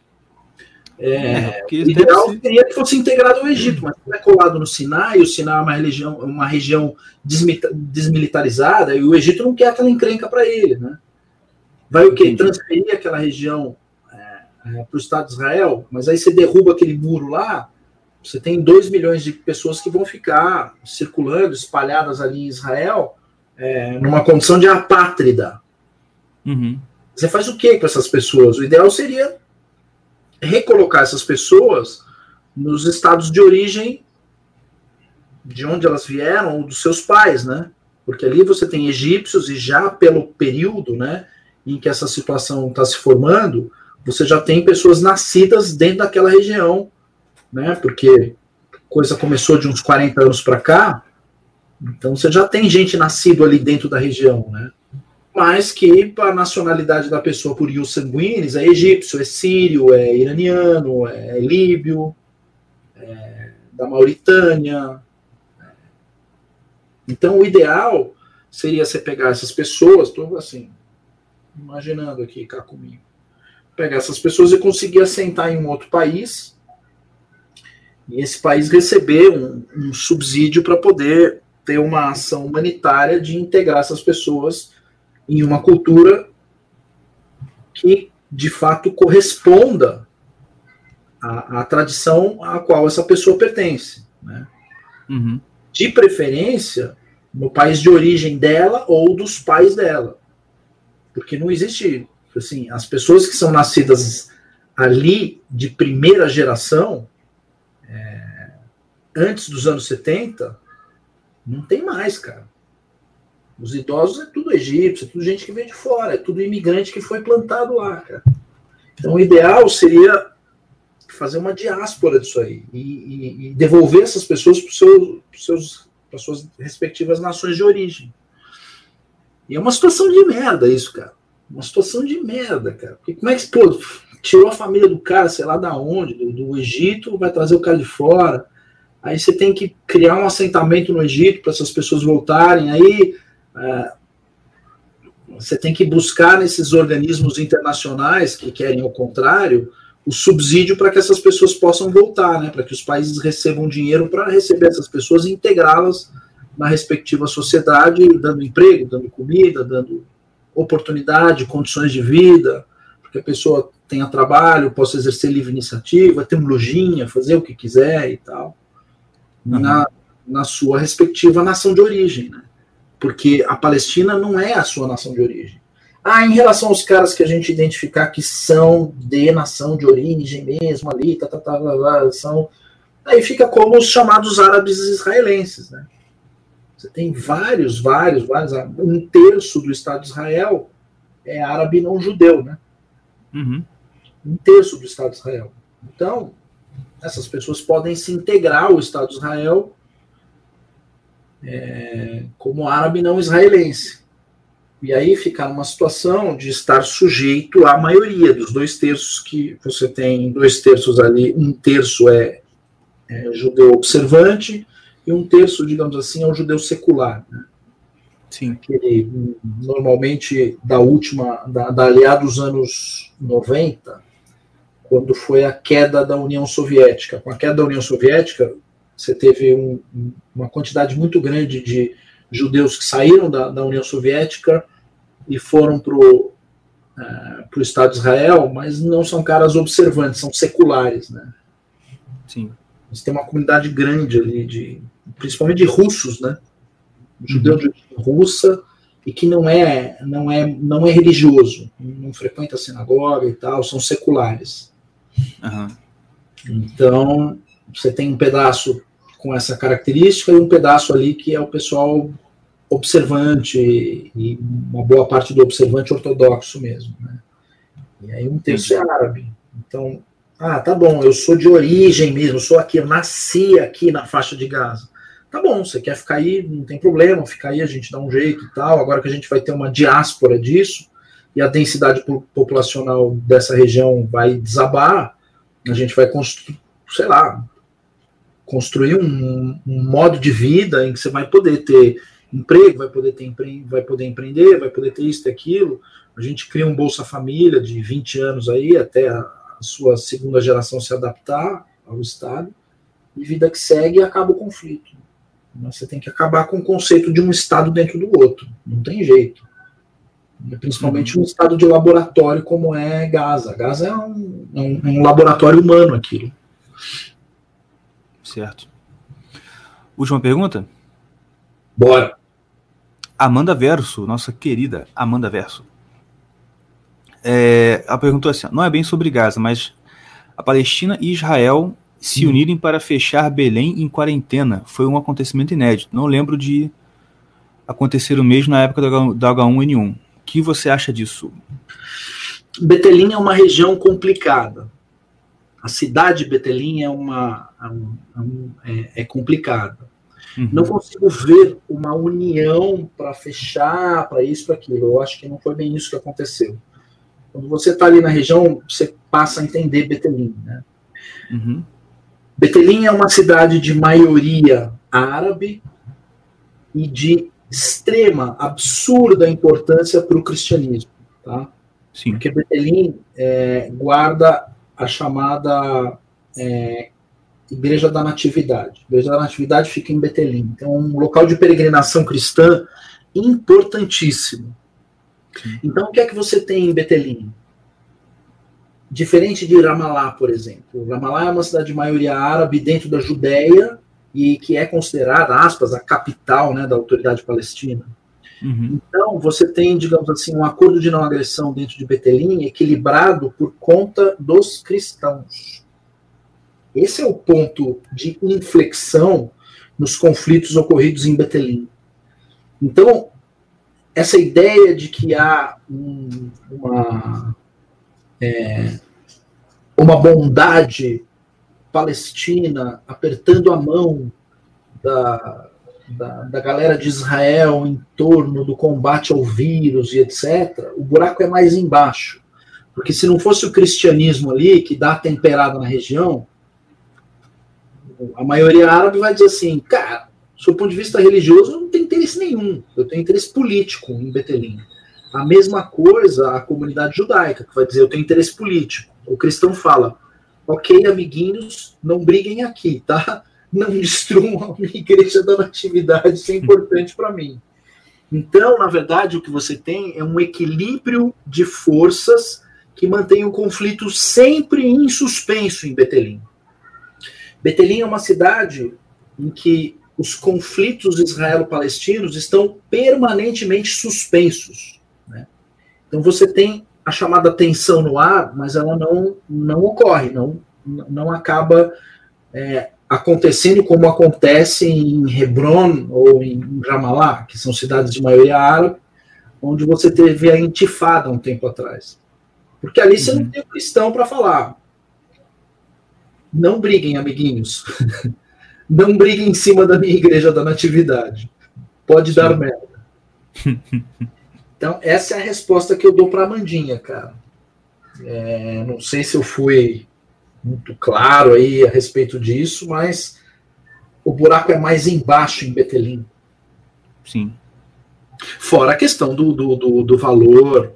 O ideal seria que fosse integrado ao Egito, mas não é colado no Sinai. O Sinai é uma região desmilitarizada e o Egito não quer aquela encrenca para ele, né? Vai o quê? Transferir aquela região para o Estado de Israel, mas aí você derruba aquele muro lá, você tem 2 milhões de pessoas que vão ficar circulando, espalhadas ali em Israel, numa condição de apátrida. Você faz o que com essas pessoas? O ideal seria recolocar essas pessoas nos estados de origem de onde elas vieram, ou dos seus pais, né? Porque ali você tem egípcios, e já pelo período, né, em que essa situação está se formando, você já tem pessoas nascidas dentro daquela região, né? Porque a coisa começou de uns 40 anos para cá, então você já tem gente nascida ali dentro da região, né? Mas que a nacionalidade da pessoa por ius sanguinis é egípcio, é sírio, é iraniano, é líbio, é da Mauritânia. Então o ideal seria você pegar essas pessoas, estou assim, imaginando aqui cá comigo, pegar essas pessoas e conseguir assentar em um outro país, e esse país receber um subsídio para poder ter uma ação humanitária de integrar essas pessoas em uma cultura que, de fato, corresponda à tradição à qual essa pessoa pertence, né?
Uhum.
De preferência, no país de origem dela ou dos pais dela. Porque não existe, assim, as pessoas que são nascidas ali de primeira geração, antes dos anos 70, não tem mais, cara. Os idosos é tudo egípcio, é tudo gente que veio de fora, é tudo imigrante que foi plantado lá, cara. Então o ideal seria fazer uma diáspora disso aí e devolver essas pessoas para suas respectivas nações de origem. E é uma situação de merda isso, cara. Uma situação de merda, cara. Porque como é que, pô, tirou a família do cara, sei lá da onde, do Egito, vai trazer o cara de fora. Aí você tem que criar um assentamento no Egito para essas pessoas voltarem. Aí você tem que buscar nesses organismos internacionais que querem o contrário, o subsídio para que essas pessoas possam voltar, né? Para que os países recebam dinheiro para receber essas pessoas e integrá-las na respectiva sociedade, dando emprego, dando comida, dando oportunidade, condições de vida, para que a pessoa tenha trabalho, possa exercer livre iniciativa, ter uma lojinha, fazer o que quiser e tal, na sua respectiva nação de origem, né? Porque a Palestina não é a sua nação de origem. Em relação aos caras que a gente identificar que são de nação de origem mesmo ali, são... Aí fica como os chamados árabes israelenses, né? Você tem vários, um terço do Estado de Israel é árabe não judeu, né?
Uhum.
Um terço do Estado de Israel. Então, essas pessoas podem se integrar ao Estado de Israel como árabe não israelense. E aí ficar numa situação de estar sujeito à maioria dos 2 terços que você tem, 2 terços ali, 1 terço é judeu observante e 1 terço, digamos assim, é o judeu secular, né?
Sim.
Que normalmente aliás dos anos 90, quando foi a queda da União Soviética. Com a queda da União Soviética, você teve uma quantidade muito grande de judeus que saíram da União Soviética e foram para o Estado de Israel, mas não são caras observantes, são seculares, né?
Sim.
Você tem uma comunidade grande ali, principalmente de russos, né? Judeu de russa, e que não é religioso, não frequenta a sinagoga e tal, são seculares.
Uhum.
Então, você tem um pedaço com essa característica e um pedaço ali que é o pessoal observante, e uma boa parte do observante ortodoxo mesmo, né? E aí 1 terço é árabe. Então, tá bom, eu sou de origem mesmo, eu nasci aqui na faixa de Gaza. Tá bom, você quer ficar aí, não tem problema, ficar aí, a gente dá um jeito e tal. Agora que a gente vai ter uma diáspora disso, e a densidade populacional dessa região vai desabar, a gente vai construir um modo de vida em que você vai poder ter emprego, vai poder empreender, vai poder ter isso e aquilo. A gente cria um Bolsa Família de 20 anos aí, até a sua segunda geração se adaptar ao Estado, e vida que segue e acaba o conflito. Você tem que acabar com o conceito de um Estado dentro do outro. Não tem jeito. Principalmente um Estado de laboratório como é Gaza. Gaza é um laboratório humano aquilo.
Certo. Última pergunta?
Bora.
Amanda Verso, nossa querida Amanda Verso. Ela perguntou assim, não é bem sobre Gaza, mas a Palestina e Israel se unirem para fechar Belém em quarentena. Foi um acontecimento inédito. Não lembro de acontecer o mesmo na época da H1N1. O que você acha disso?
Betelim é uma região complicada. A cidade de Betelim é complicada.
Uhum.
Não consigo ver uma união para fechar, para isso, para aquilo. Eu acho que não foi bem isso que aconteceu. Quando você está ali na região, você passa a entender Betelim, né?
Uhum.
Betelim é uma cidade de maioria árabe e de extrema, absurda importância para o cristianismo, tá?
Sim.
Porque Betelim guarda a chamada Igreja da Natividade. A Igreja da Natividade fica em Betelim. Então, um local de peregrinação cristã importantíssimo.
Sim.
Então, o que é que você tem em Betelim? Diferente de Ramallah, por exemplo. Ramallah é uma cidade de maioria árabe dentro da Judéia e que é considerada, aspas, a capital, né, da autoridade palestina.
Uhum.
Então, você tem, digamos assim, um acordo de não agressão dentro de Betelim equilibrado por conta dos cristãos. Esse é o ponto de inflexão nos conflitos ocorridos em Betelim. Então, essa ideia de que há uma bondade palestina apertando a mão da galera de Israel em torno do combate ao vírus e etc., o buraco é mais embaixo. Porque se não fosse o cristianismo ali, que dá a temperada na região, a maioria árabe vai dizer assim, cara, do ponto de vista religioso, eu não tenho interesse nenhum. Eu tenho interesse político em Betelim. A mesma coisa a comunidade judaica, que vai dizer, eu tenho interesse político. O cristão fala, ok, amiguinhos, não briguem aqui, tá? Não destruam a minha igreja da natividade, isso é importante para mim. Então, na verdade, o que você tem é um equilíbrio de forças que mantém o conflito sempre em suspenso em Betelim. Betelim é uma cidade em que os conflitos israelo-palestinos estão permanentemente suspensos, né? Então você tem a chamada tensão no ar, mas ela não ocorre, não acaba acontecendo como acontece em Hebron ou em Ramallah, que são cidades de maioria árabe, onde você teve a intifada um tempo atrás. Porque ali você não tem o cristão para falar. Não briguem, amiguinhos. Não briguem em cima da minha igreja da natividade. Pode dar merda. Então, essa é a resposta que eu dou para a Amandinha, cara. Não sei se eu fui muito claro aí a respeito disso, mas o buraco é mais embaixo em Betelim.
Sim.
Fora a questão do valor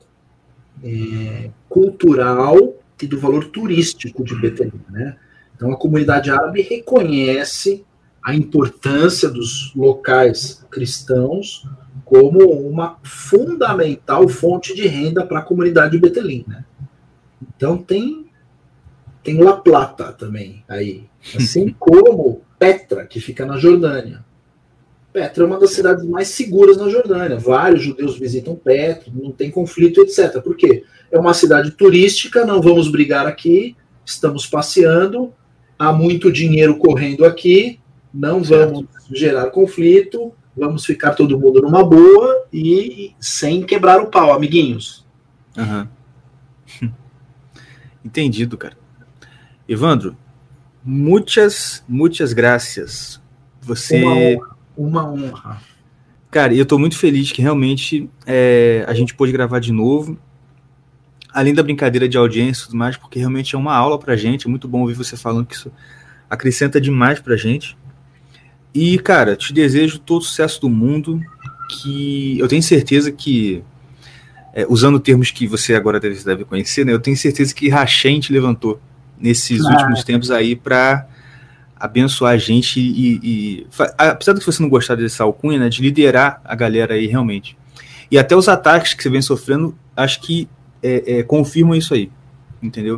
cultural e do valor turístico de Betelim, né? Então, a comunidade árabe reconhece a importância dos locais cristãos como uma fundamental fonte de renda para a comunidade de Betelim, né? Então, tem La Plata também aí. Assim como Petra, que fica na Jordânia. Petra é uma das cidades mais seguras na Jordânia. Vários judeus visitam Petra, não tem conflito, etc. Por quê? É uma cidade turística, não vamos brigar aqui, estamos passeando, há muito dinheiro correndo aqui, não vamos gerar conflito, vamos ficar todo mundo numa boa e sem quebrar o pau, amiguinhos.
Uhum. Entendido, cara. Evandro, muitas graças. Você...
Uma honra.
Cara, eu tô muito feliz que realmente a gente pôde gravar de novo. Além da brincadeira de audiência e tudo mais, porque realmente é uma aula pra gente, é muito bom ouvir você falando que isso acrescenta demais pra gente. E, cara, te desejo todo o sucesso do mundo, que eu tenho certeza que, usando termos que você agora deve conhecer, né, eu tenho certeza que Hashem te levantou nesses últimos tempos aí pra abençoar a gente apesar de você não gostar dessa alcunha, né, de liderar a galera aí realmente. E até os ataques que você vem sofrendo, acho que confirmam isso aí, entendeu?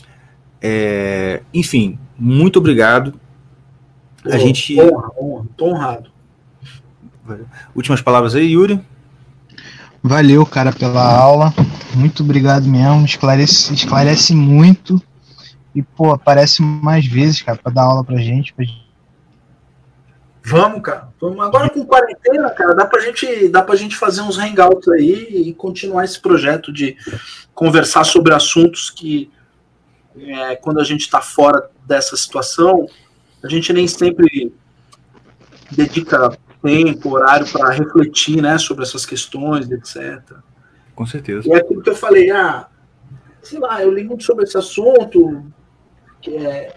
Enfim, muito obrigado. A gente...
Honra, tô honrado.
Últimas palavras aí, Yuri?
Valeu, cara, pela aula. Muito obrigado mesmo. Esclarece muito. E, pô, aparece mais vezes, cara, pra dar aula pra gente.
Vamos, cara. Vamos. Agora com quarentena, cara, dá pra gente fazer uns hangouts aí e continuar esse projeto de conversar sobre assuntos que, quando a gente está fora dessa situação, a gente nem sempre dedica tempo, horário para refletir, né, sobre essas questões, etc.
Com certeza.
E é aquilo que eu falei, sei lá, eu li muito sobre esse assunto, que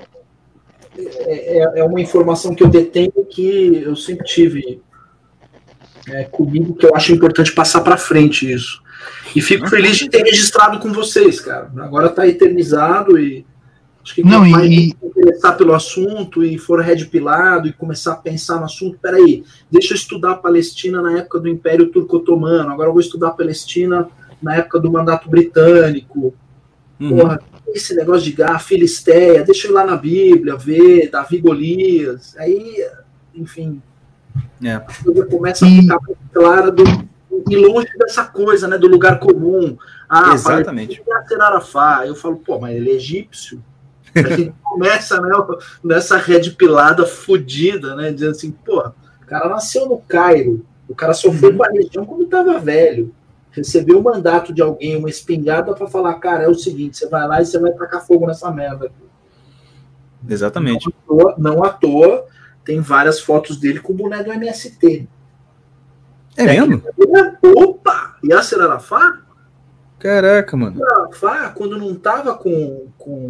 é uma informação que eu detenho que eu sempre tive comigo, que eu acho importante passar para frente isso. E fico feliz de ter registrado com vocês, cara. Agora está eternizado e acho que quem mais se interessar pelo assunto e for red pilado e começar a pensar no assunto, peraí, deixa eu estudar a Palestina na época do Império Turco-Otomano, agora eu vou estudar a Palestina na época do Mandato Britânico. Porra, esse negócio de Filisteia, deixa eu ir lá na Bíblia, ver Davi Golias, aí, enfim, a coisa começa a ficar mais clara e longe dessa coisa, né, do lugar comum.
Exatamente.
Yasser Arafat. Eu falo, pô, mas ele é egípcio? A gente começa, né, nessa red pilada fodida, né, dizendo assim, pô, o cara nasceu no Cairo, o cara só foi pra região quando estava velho. Recebeu o mandato de alguém, uma espingarda, para falar, cara, é o seguinte, você vai lá e você vai tacar fogo nessa merda.
Exatamente.
Não à toa, tem várias fotos dele com o boné do MST.
É mesmo?
Opa! Yasser Arafat?
Caraca, mano.
Yasser Arafat, quando não tava com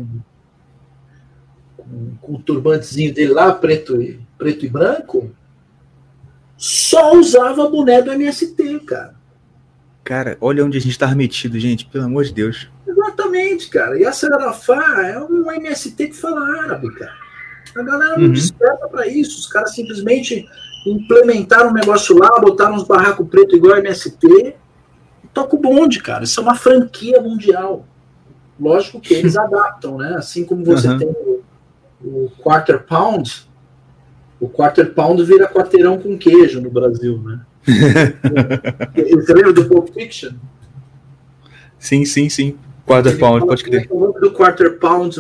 o turbantezinho dele lá, preto e branco, só usava boné do MST, cara.
Cara, olha onde a gente tá metido, gente, pelo amor de Deus.
Exatamente, cara. Yasser Arafat é um MST que fala árabe, cara. A galera não desperta pra isso. Os caras simplesmente implementaram um negócio lá, botaram uns barracos pretos igual MST e toca o bonde, cara. Isso é uma franquia mundial. Lógico que eles adaptam, né? Assim como você tem o Quarter Pound, o Quarter Pound vira quarteirão com queijo no Brasil, né? Você lembra do Pulp Fiction?
Sim. Quarter Pound, pode crer.
O nome do Quarter Pound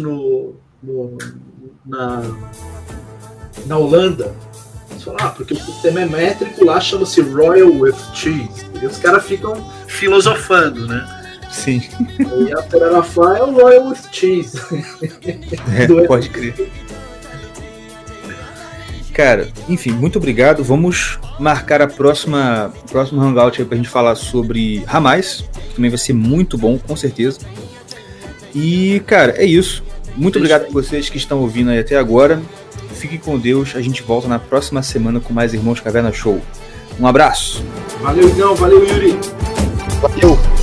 na Holanda. Você fala, porque o sistema é métrico lá, chama-se Royal with Cheese. E os caras ficam filosofando, né?
Sim.
E a Arafat é o Royal with Cheese.
Pode crer. Cara, enfim, muito obrigado. Vamos marcar o próximo hangout aí pra gente falar sobre Hamas, que também vai ser muito bom, com certeza. E, cara, é isso. Muito obrigado por vocês que estão ouvindo aí até agora. Fiquem com Deus. A gente volta na próxima semana com mais Irmãos Caverna Show. Um abraço.
Valeu, Igão. Valeu, Yuri.
Valeu.